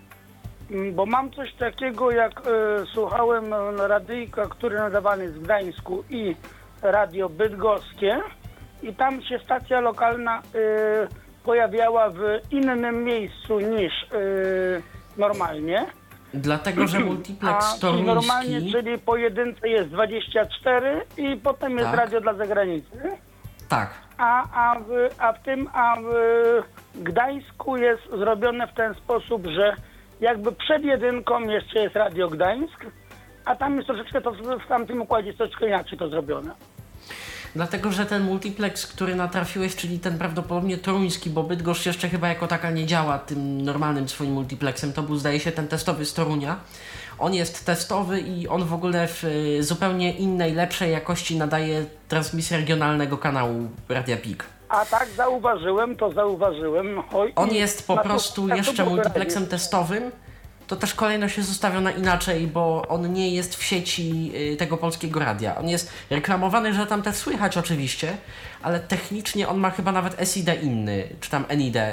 Bo mam coś takiego, jak e, słuchałem radyjka, który nadawany jest w Gdańsku i radio bydgoskie i tam się stacja lokalna e, pojawiała w innym miejscu niż e, normalnie. Dlatego, że multiplex toruński... normalnie, czyli po jedynce jest dwadzieścia cztery i potem jest tak. radio dla zagranicy. Tak. A, a, w, a w tym, a w Gdańsku jest zrobione w ten sposób, że jakby przed jedynką jeszcze jest Radio Gdańsk, a tam jest troszeczkę to w tamtym układzie jest troszeczkę inaczej to zrobione. Dlatego, że ten multiplex, który natrafiłeś, czyli ten prawdopodobnie toruński, bo Bydgoszcz jeszcze chyba jako taka nie działa tym normalnym swoim multiplexem, to był, zdaje się, ten testowy z Torunia. On jest testowy i on w ogóle w zupełnie innej, lepszej jakości nadaje transmisję regionalnego kanału Radia Pik. A tak, zauważyłem, to zauważyłem. Oj, on jest po prostu to, jeszcze to multiplexem testowym. To też kolejność jest ustawiona inaczej, bo on nie jest w sieci y, tego polskiego radia. On jest reklamowany, że tam też słychać oczywiście, ale technicznie on ma chyba nawet S I D inny, czy tam N I D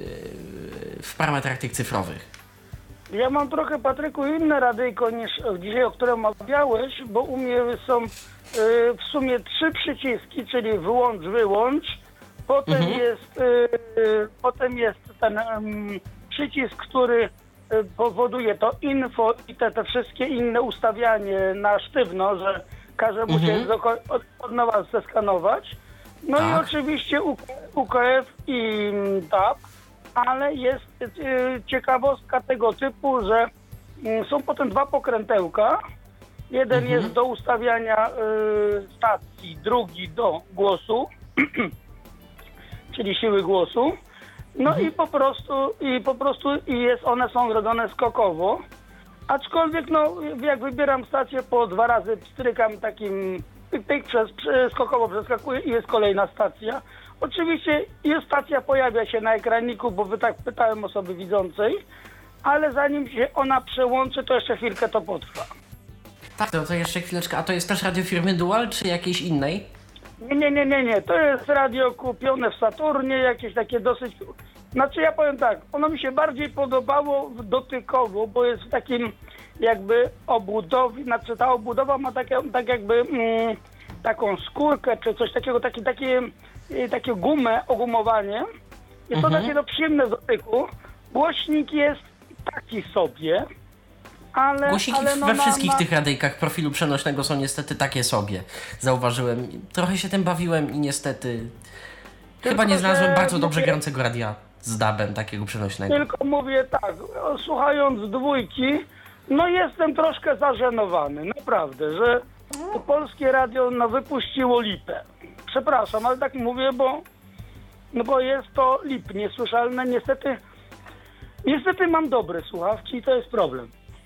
y, w parametrach tych cyfrowych. Ja mam trochę, Patryku, inne radyjko niż dzisiaj, o którym omawiałeś, bo u mnie są y, w sumie trzy przyciski, czyli wyłącz, wyłącz. Potem mhm. jest y, y, potem jest ten y, przycisk, który powoduje to info i te, te wszystkie inne ustawianie na sztywno, że każe mu się mhm. od, od nowa zeskanować. No tak. I oczywiście U K F i T A P, ale jest y, ciekawostka tego typu, że y, są potem dwa pokrętełka. Jeden mhm. jest do ustawiania y, stacji, drugi do głosu, czyli siły głosu. No mhm. i po prostu i po prostu i jest, one są robione skokowo. Aczkolwiek no jak wybieram stację, po dwa razy pstrykam takim pyk, pyk, przez, skokowo przeskakuję i jest kolejna stacja. Oczywiście jest stacja, pojawia się na ekraniku, bo wy tak pytałem osoby widzącej, ale zanim się ona przełączy, to jeszcze chwilkę to potrwa. Tak, to, to jeszcze chwileczkę. A to jest też radio firmy Dual, czy jakiejś innej? Nie, nie, nie, nie, nie. To jest radio kupione w Saturnie, jakieś takie dosyć... Znaczy ja powiem tak, ono mi się bardziej podobało dotykowo, bo jest w takim jakby obudowie, znaczy ta obudowa ma takie, tak jakby mm, taką skórkę czy coś takiego, takie, takie, takie gumę, ogumowanie. Jest mhm. to takie no, przyjemne w dotyku. Głośnik jest taki sobie. Ale, Głośniki ale no we na, wszystkich na... tych radyjkach profilu przenośnego są niestety takie sobie. Zauważyłem. Trochę się tym bawiłem i niestety tylko chyba nie znalazłem bardzo dobrze mówię, grającego radia z dabem takiego przenośnego. Tylko mówię tak, słuchając dwójki, no jestem troszkę zażenowany, naprawdę, że to polskie radio no, wypuściło lipę. Przepraszam, ale tak mówię, bo, no bo jest to lip niesłyszalne. Niestety, niestety mam dobre słuchawki i to jest problem.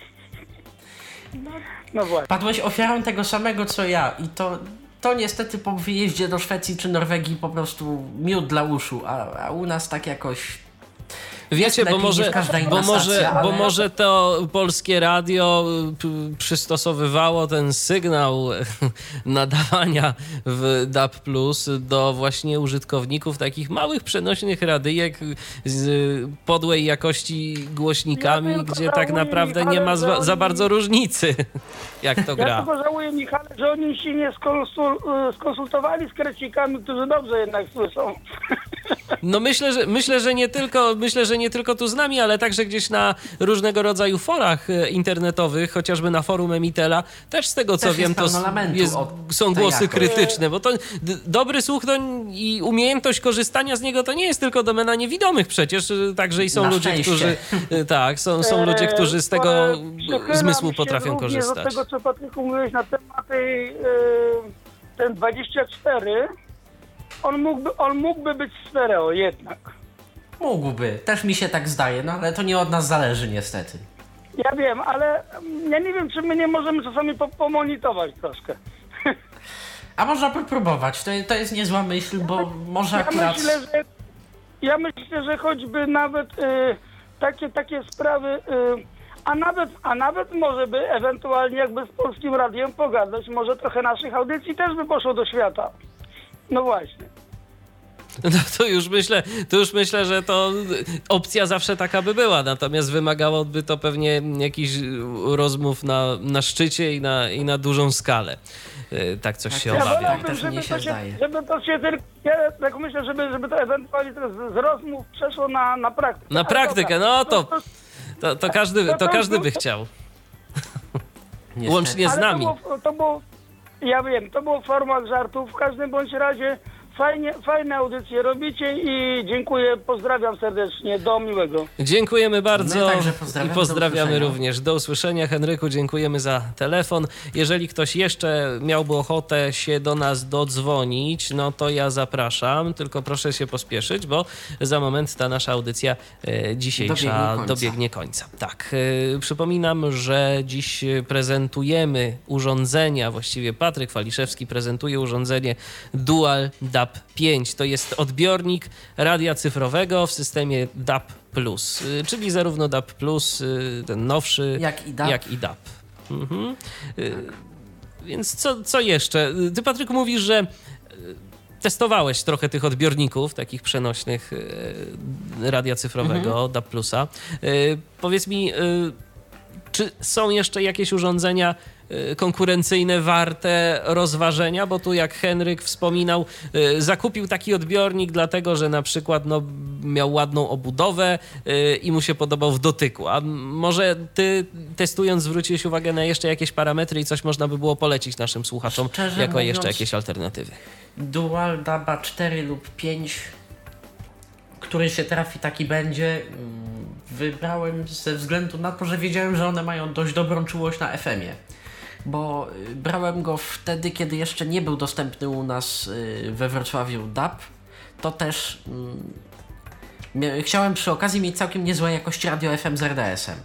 No właśnie. Padłeś ofiarą tego samego co ja i to, to niestety po wyjeździe do Szwecji czy Norwegii po prostu miód dla uszu, a, a u nas tak jakoś Wiecie, bo może, bo, może, stacja, ale... bo może to polskie radio p- przystosowywało ten sygnał nadawania w D A B plus do właśnie użytkowników takich małych, przenośnych radyjek z podłej jakości głośnikami, Ja gdzie tak naprawdę Michale, nie ma za, za oni... bardzo różnicy, jak to gra. Ja tylko żałuję, Michale, że oni się nie skonsul, skonsultowali z krecikami, którzy dobrze jednak słyszą. No myślę, że myślę, że nie tylko, myślę, że nie tylko tu z nami, ale także gdzieś na różnego rodzaju forach internetowych, chociażby na forum Emitela, też z tego co też wiem, to jest, są głosy jakość. krytyczne, bo to d- dobry słuch to i umiejętność korzystania z niego to nie jest tylko domena niewidomych przecież, także i są Na ludzie, szczęście. którzy tak, są, są ludzie, którzy z tego E, przychylam zmysłu się potrafią również korzystać. do tego, co Patryku mówiłeś na temat tej, e, ten dwadzieścia cztery, on mógłby, on mógłby być stereo jednak. Mógłby, też mi się tak zdaje, no ale to nie od nas zależy niestety. Ja wiem, ale mm, ja nie wiem, czy my nie możemy czasami po, pomonitować troszkę. A można by próbować, to, to jest niezła myśl, bo może Ja akurat... myślę, że, ja myślę, że choćby nawet y, takie, takie sprawy, y, a nawet, a nawet może by ewentualnie jakby z Polskim Radiem pogadać, może trochę naszych audycji też by poszło do świata. No właśnie. No to już myślę, to już myślę, że to opcja zawsze taka by była, natomiast wymagałoby to pewnie jakichś rozmów na, na szczycie i na, i na dużą skalę. Tak coś się Ja obawia. wolałbym, też żeby, mnie się to się, zdaje. żeby to się tylko, ja tak myślę, żeby, żeby to ewentualnie teraz z, z rozmów przeszło na, na praktykę. Na praktykę, no to, to, to, to, każdy, to każdy by chciał. Niestety. Łącznie z ale nami. To było, to było, ja wiem, to było w formach żartów, w każdym bądź razie fajnie, fajne audycje robicie i dziękuję, pozdrawiam serdecznie, do miłego. Dziękujemy bardzo My także pozdrawiamy, i pozdrawiamy do usłyszenia. również. Do usłyszenia. Henryku, dziękujemy za telefon. Jeżeli ktoś jeszcze miałby ochotę się do nas dodzwonić, no to ja zapraszam, tylko proszę się pospieszyć, bo za moment ta nasza audycja e, dzisiejsza Dobiegnie końca. dobiegnie końca. Tak, e, przypominam, że dziś prezentujemy urządzenia, właściwie Patryk Waliszewski prezentuje urządzenie Dual D A B pięć. To jest odbiornik radia cyfrowego w systemie D A B plus, y, czyli zarówno D A B plus, y, ten nowszy, Jak i D A B. jak i D A B. Mhm. Y, Więc co, co jeszcze? Ty, Patryku, mówisz, że y, testowałeś trochę tych odbiorników, takich przenośnych y, radia cyfrowego, Mhm. D A B plusa. Y, Powiedz mi, y, czy są jeszcze jakieś urządzenia y, konkurencyjne warte rozważenia? Bo tu jak Henryk wspominał, y, zakupił taki odbiornik dlatego, że na przykład no, miał ładną obudowę y, i mu się podobał w dotyku. A m- może ty testując zwróciłeś uwagę na jeszcze jakieś parametry i coś można by było polecić naszym słuchaczom Szczerze jako mówiąc, jeszcze jakieś alternatywy? Dual D A B cztery lub pięć, który się trafi, taki będzie. Mm, Wybrałem ze względu na to, że wiedziałem, że one mają dość dobrą czułość na F M-ie. Bo y, brałem go wtedy, kiedy jeszcze nie był dostępny u nas y, we Wrocławiu D A B. To też mm, mia- chciałem przy okazji mieć całkiem niezłej jakości radio F M z R D S-em.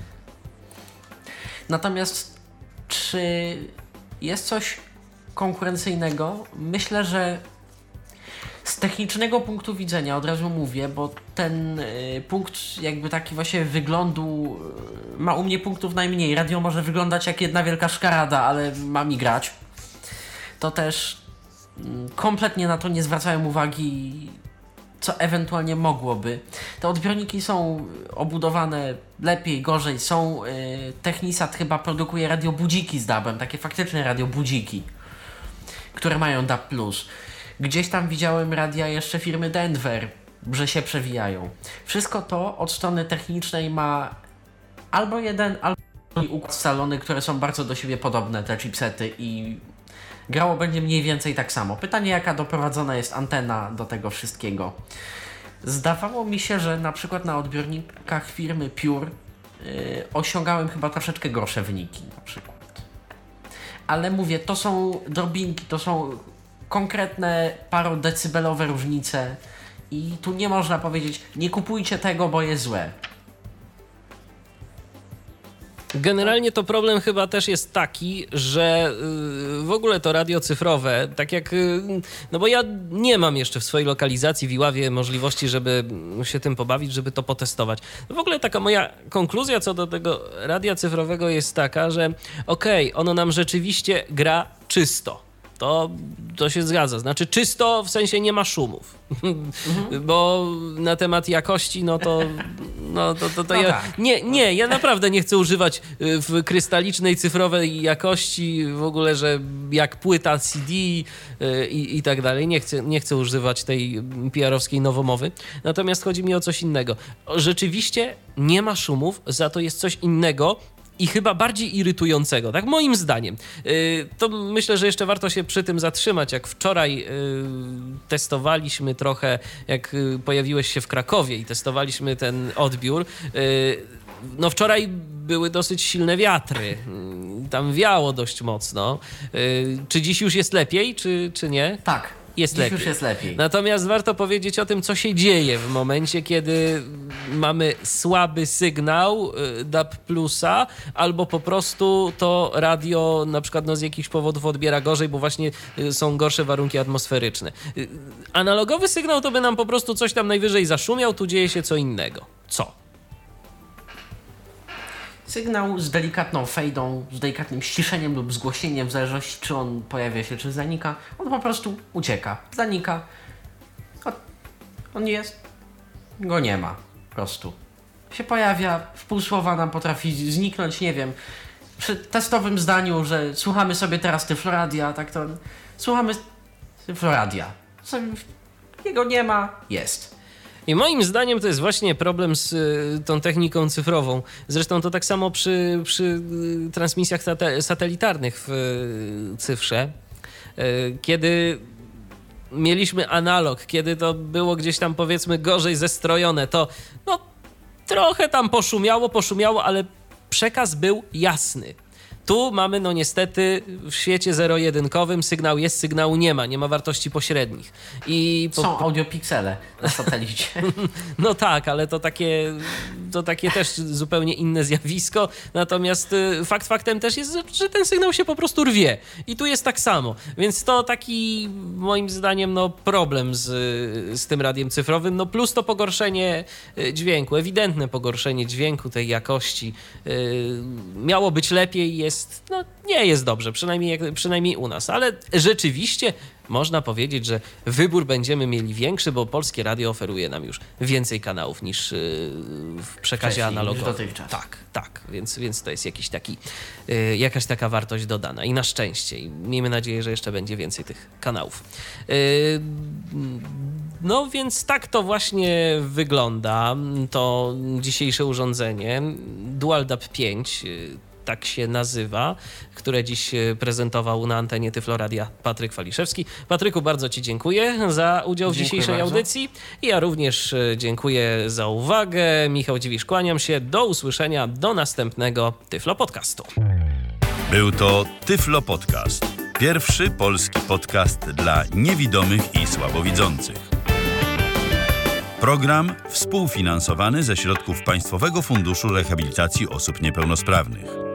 Natomiast czy jest coś konkurencyjnego? Myślę, że z technicznego punktu widzenia, od razu mówię, bo ten y, punkt jakby taki właśnie wyglądu y, ma u mnie punktów najmniej. Radio może wyglądać jak jedna wielka szkarada, ale ma mi grać. To też y, kompletnie na to nie zwracałem uwagi, co ewentualnie mogłoby. Te odbiorniki są obudowane lepiej, gorzej. Są y, Technisat chyba produkuje radiobudziki z D A B-em, takie faktyczne radiobudziki, które mają D A B plus. Gdzieś tam widziałem radia jeszcze firmy Denver, że się przewijają. Wszystko to od strony technicznej ma albo jeden, albo drugi układ scalony, które są bardzo do siebie podobne, te chipsety, i grało będzie mniej więcej tak samo. Pytanie, jaka doprowadzona jest antena do tego wszystkiego. Zdawało mi się, że na przykład na odbiornikach firmy Pure yy, osiągałem chyba troszeczkę gorsze wyniki na przykład. Ale mówię, to są drobinki, to są konkretne parodecybelowe różnice i tu nie można powiedzieć, nie kupujcie tego, bo jest złe. Generalnie to problem chyba też jest taki, że w ogóle to radio cyfrowe, tak jak, no bo ja nie mam jeszcze w swojej lokalizacji w Iławie możliwości, żeby się tym pobawić, żeby to potestować. W ogóle taka moja konkluzja co do tego radia cyfrowego jest taka, że okej, okay, ono nam rzeczywiście gra czysto. To, to się zgadza. Znaczy czysto w sensie nie ma szumów. Mhm. Bo na temat jakości, no to, no to, to, to no ja... Tak. Nie, nie, ja naprawdę nie chcę używać w krystalicznej, cyfrowej jakości w ogóle, że jak płyta C D i, i tak dalej. Nie chcę, nie chcę używać tej P R-owskiej nowomowy. Natomiast chodzi mi o coś innego. Rzeczywiście nie ma szumów, za to jest coś innego, i chyba bardziej irytującego, tak moim zdaniem. Yy, to myślę, że jeszcze warto się przy tym zatrzymać. Jak wczoraj yy, testowaliśmy trochę, jak yy, pojawiłeś się w Krakowie i testowaliśmy ten odbiór, yy, no wczoraj były dosyć silne wiatry. Yy, tam wiało dość mocno. Yy, czy dziś już jest lepiej, czy, czy nie? Tak. Jest Dziś lepiej. już jest lepiej. Natomiast warto powiedzieć o tym, co się dzieje w momencie, kiedy mamy słaby sygnał D A B plusa, albo po prostu to radio na przykład no, z jakichś powodów odbiera gorzej, bo właśnie są gorsze warunki atmosferyczne. Analogowy sygnał to by nam po prostu coś tam najwyżej zaszumiał, tu dzieje się co innego. Co? Sygnał z delikatną fejdą, z delikatnym ściszeniem lub zgłośnieniem, w zależności czy on pojawia się, czy zanika, on po prostu ucieka, zanika. On jest, go nie ma, po prostu. Się pojawia, w pół słowa nam potrafi zniknąć, nie wiem, przy testowym zdaniu, że słuchamy sobie teraz Tyfloradia, tak to słuchamy Tyfloradia. Jego nie ma, jest. I moim zdaniem to jest właśnie problem z y, tą techniką cyfrową. Zresztą to tak samo przy, przy y, transmisjach sate- satelitarnych w y, cyfrze. Y, kiedy mieliśmy analog, kiedy to było gdzieś tam powiedzmy gorzej zestrojone, to no, trochę tam poszumiało, poszumiało, ale przekaz był jasny. Tu mamy, no niestety, w świecie zero-jedynkowym sygnał jest, sygnału nie ma, nie ma wartości pośrednich. I po... Są audiopiksele na satelicie. No tak, ale to takie, to takie też zupełnie inne zjawisko. Natomiast fakt faktem też jest, że ten sygnał się po prostu rwie. I tu jest tak samo. Więc to taki, moim zdaniem, no problem z, z tym radiem cyfrowym. No plus to pogorszenie dźwięku, ewidentne pogorszenie dźwięku, tej jakości. Miało być lepiej, jest no nie jest dobrze, przynajmniej, jak, przynajmniej u nas, ale rzeczywiście można powiedzieć, że wybór będziemy mieli większy, bo Polskie Radio oferuje nam już więcej kanałów niż yy, w przekazie Wcześniej, analogowym. niż dotychczas. Tak, tak, więc, więc to jest jakiś taki, yy, jakaś taka wartość dodana i na szczęście. I miejmy nadzieję, że jeszcze będzie więcej tych kanałów. Yy, no więc tak to właśnie wygląda, to dzisiejsze urządzenie Dual D A B pięć, yy, tak się nazywa, które dziś prezentował na antenie Tyfloradia Patryk Waliszewski. Patryku, bardzo Ci dziękuję za udział w Dziękuję dzisiejszej bardzo. audycji. I ja również dziękuję za uwagę. Michał Dziwisz, kłaniam się. Do usłyszenia, do następnego Tyflo Podcastu. Był to Tyflo Podcast. Pierwszy polski podcast dla niewidomych i słabowidzących. Program współfinansowany ze środków Państwowego Funduszu Rehabilitacji Osób Niepełnosprawnych.